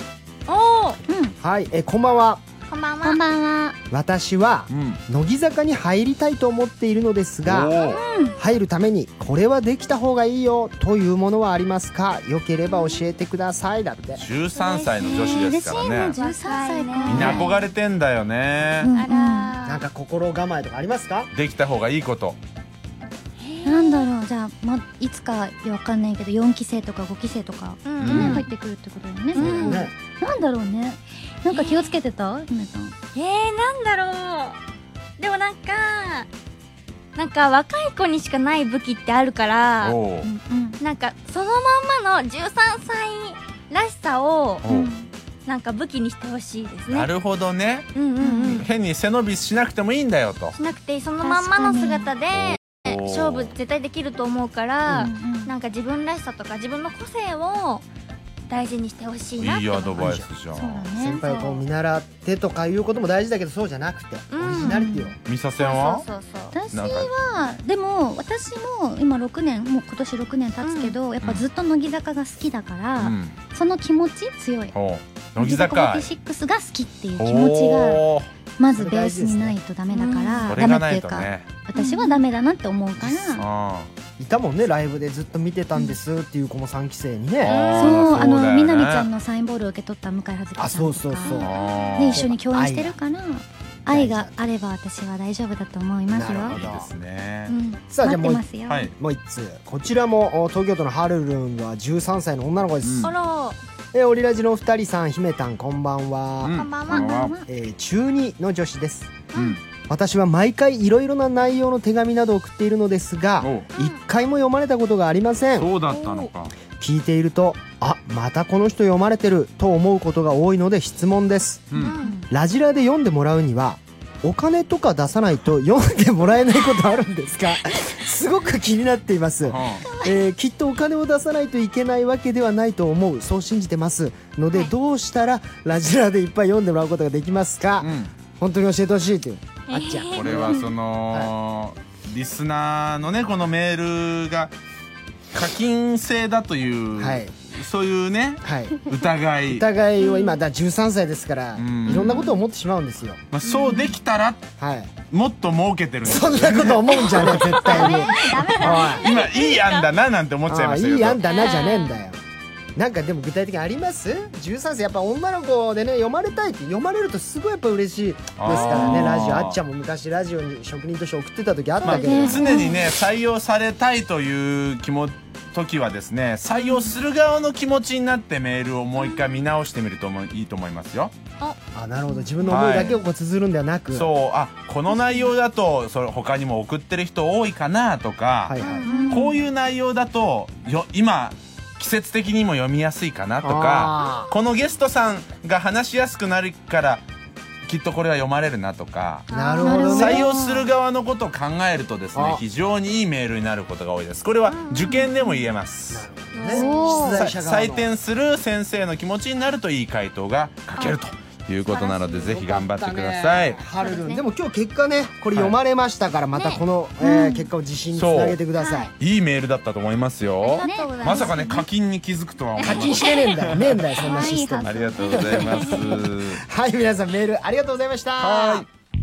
おー、 はい、えこんばんは。 こんばんは。 こんばんは。 私は乃木坂に入りたいと思っているのですが、入るためにこれはできた方がいいよというものはありますか？よければ教えてください。だって。 じゅうさんさいの女子ですからね。 じゅうさんさいか。 みんな憧れてんだよね。 うんうん、 あらなんか心構えとかありますか？ できた方がいいこと。 なんだろう、じゃあ、ま、いつかわかんないけどよんき生とかごき生とか、 うんね、 うん入ってくるってことだよね、 うんね、 なんだろうね。なんか気をつけてた姫さん。 えー、なんだろう。でもなんかなんか若い子にしかない武器ってあるからおううんうんなんかそのまんまのじゅうさんさいらしさをおうなんか武器にしてほしいですね。 なるほどね。 うんうんうん変に背伸びしなくてもいいんだよと。 しなくていい、そのまんまの姿でおー勝負絶対できると思うから、 うんうんなんか自分らしさとか自分の個性を大事にしてほしいなっいいアドて思う。 バイスじゃそうだん。 ね。 先輩をこう見習ってとかいうことも大事だけど、そうじゃなくてうんオリジナリティを。 ミサセンはそうそうそう私なんかはでも私も今ろくねん、もう今年ろくねん経つけど、やっぱずっと乃木坂が好きだから、 うんその気持ち強い。 おう乃木坂愛。 フォーティーシックスが好きっていう気持ちがおーまずベースにないとダメだから、ダメこれがないっていうか、 とね。 私はダメだなって思うから、 あいたもんね、ライブでずっと見てたんですっていう子もさんき生にね。 あそう、あのみなみちゃんののサインボールを受け取った向井葉月ちゃんとか、 あ、そうそうそう。 ね、一緒に共演してるから愛があれば私は大丈夫だと思いますよ。 なるほどいいですねう。ん、 さあじゃあもう待ってますよ。 はい。 もう一通、こちらもお東京都のはるるんはじゅうさんさいの女の子です。 うんあらえオリラジのお二人さん、姫たん、こんばんは。 うんこんばんはこんばんはえー中にの女子です。 うん。 私は毎回いろいろな内容の手紙などを送っているのですが、 おう一回も読まれたことがありません。 そうだったのか。 聞いていると、あ、またこの人読まれてると思うことが多いので質問です。 う。 うんんラジラで読んでもらうにはお金とか出さないと読んでもらえないことあるんですか？すごく気になっています。えーきっとお金を出さないといけないわけではないと思う、そう信じてますので、どうしたらラジラでいっぱい読んでもらうことができますか？ うん。 本当に教えてほしいという、あっちゃん。 これはそのリスナーのねこのメールが課金制だという、 はいそういうねはい、 疑い、 疑いを今だじゅうさんさいですから、 うんいろんなことを思ってしまうんですよ。 まあ、そうできたらはい、 もっと儲けてるんですそんなこと思うんじゃねえ絶対に。おい、 今いい案だななんて思っちゃいああましたけどいい案だなじゃねえんだよ。なんかでも具体的にあります？じゅうさんさいやっぱ女の子でね読まれたいって読まれるとすごいやっぱ嬉しいですからね。 あーラジオあっちゃんも昔ラジオに職人として送ってた時あっまあ、 たけど、 常にね採用されたいという気も時はですね採用する側の気持ちになってメールをもう一回見直してみるともいいと思いますよ。 あ、なるほど、自分の思いだけをこう綴るんではなく、 そう、あ、この内容だとそれ他にも送ってる人多いかなとか、 はいはい、 こういう内容だとよ今季節的にも読みやすいかなとか、 あこのゲストさんが話しやすくなるからきっとこれは読まれるなとか、 ーなるほどね。 採用する側のことを考えるとですねあ非常にいいメールになることが多いです。これは受験でも言えます。 ね、 おー出題者側の採点する先生の気持ちになるといい回答が書けるということなのでぜひ頑張ってください。 はるるん、 そうですねでも今日結果ねこれ読まれましたから、またこの、えー結果を自信につなげてください。 いいメールだったと思いますよあ。りがとうございまますさかね課金に気づくとは思いません課金してねえんだよねえんだよそんなシステム。 ありがとうございます。 はい、皆さんメールありがとうございました。 はい。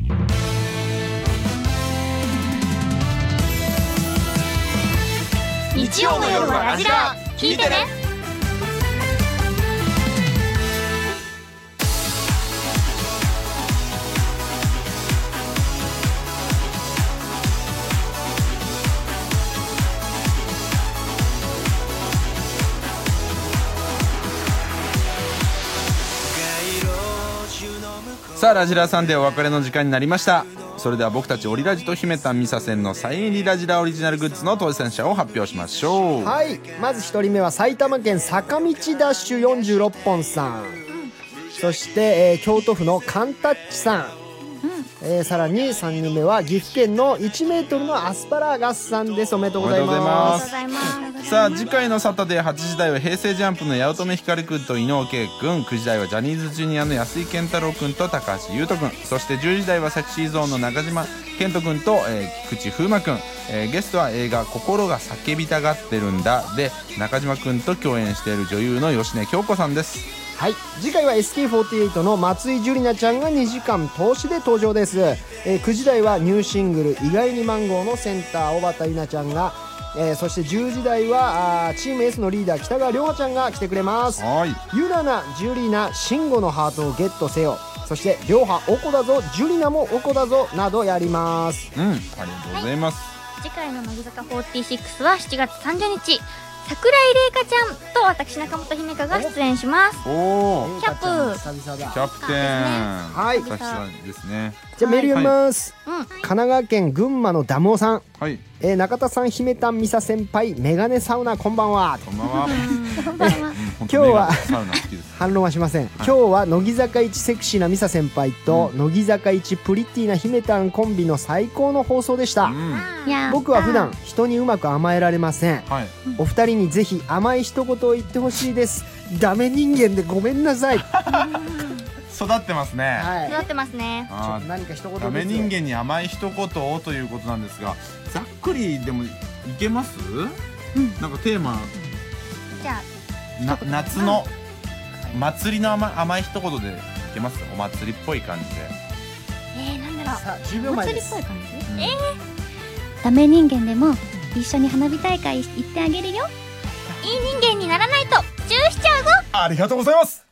日曜の夜はラジラ聞いてね。 さあラジラさんでお別れの時間になりました。それでは僕たちオリラジと姫たんみさせんのサイン入りラジラオリジナルグッズの当選者を発表しましょう。 はい、まず一人目は埼玉県坂道ダッシュよんじゅうろっぽんさん、そして、えー京都府のカンタッチさん、えーさらにさんにんめは岐阜県のいちメートルのアスパラガスさんです。おめでとうございおめでとうございま。 ますすありがとうございます。 さあ次回のサタデーはちじ台は平成ジャンプの八乙女光くんと伊野尾くん、くじ台はジャニーズジュニアの安井健太郎くんと高橋優斗くん、そしてじゅうじ台はセクシーゾーンの中島健人くんと、えー、口風磨くん、えーゲストは映画「心が叫びたがってるんだ」で中島くんと共演している女優の芳根京子さんです。 はい、次回は エスケーフォーティーエイト の松井樹里奈ちゃんがにじかん通しで登場です、えー、くじ台はニューシングル「意外にマンゴー」のセンター小畑優奈ちゃんが、えー、そしてじゅうじ台はあーチーム S のリーダー北川涼奈ちゃんが来てくれます。 はい、 ゆなな、ジュリナ、慎吾のハートをゲットせよ、そして両派おこだぞ、ジュリナもおこだぞなどやります。 うん、ありがとうございます、 はい、次回の乃木坂フォーティーシックスはしちがつさんじゅうにち、桜井玲香ちゃんと私中本姫香が出演します。 おお、 キャップ久々だ。 キャプテン、 はい、 久々ですね。 じゃあメール読みます、 はい、うん、 神奈川県群馬のダムオさん、 はい、 えー、中田さん、姫たん、美沙先輩、メガネサウナこんばんは。 こんばんは。 今日はサウナ好きです。 反論はしません、はい、今日は乃木坂一セクシーな美沙先輩と、うん、乃木坂一プリティな姫たんコンビの最高の放送でした、うん、僕は普段人にうまく甘えられません、はい、お二人にぜひ甘い一言を言ってほしいです。ダメ人間でごめんなさい。 育ってますね、 はい、育ってますね。 あ、何か一言です。 ダメ人間に甘い一言をということなんですが、ざっくりでもいけます、うん、なんかテーマ、 じゃあな夏の祭りの 甘, 甘い一言でいけます。お祭りっぽい感じで。 えー、なんだろう。 さあじゅうびょうまえです。 お祭りっぽい感じ、うん、えー、ダメ人間でも一緒に花火大会行ってあげるよ。 いい人間にならないとチューしちゃうぞ。 ありがとうございます。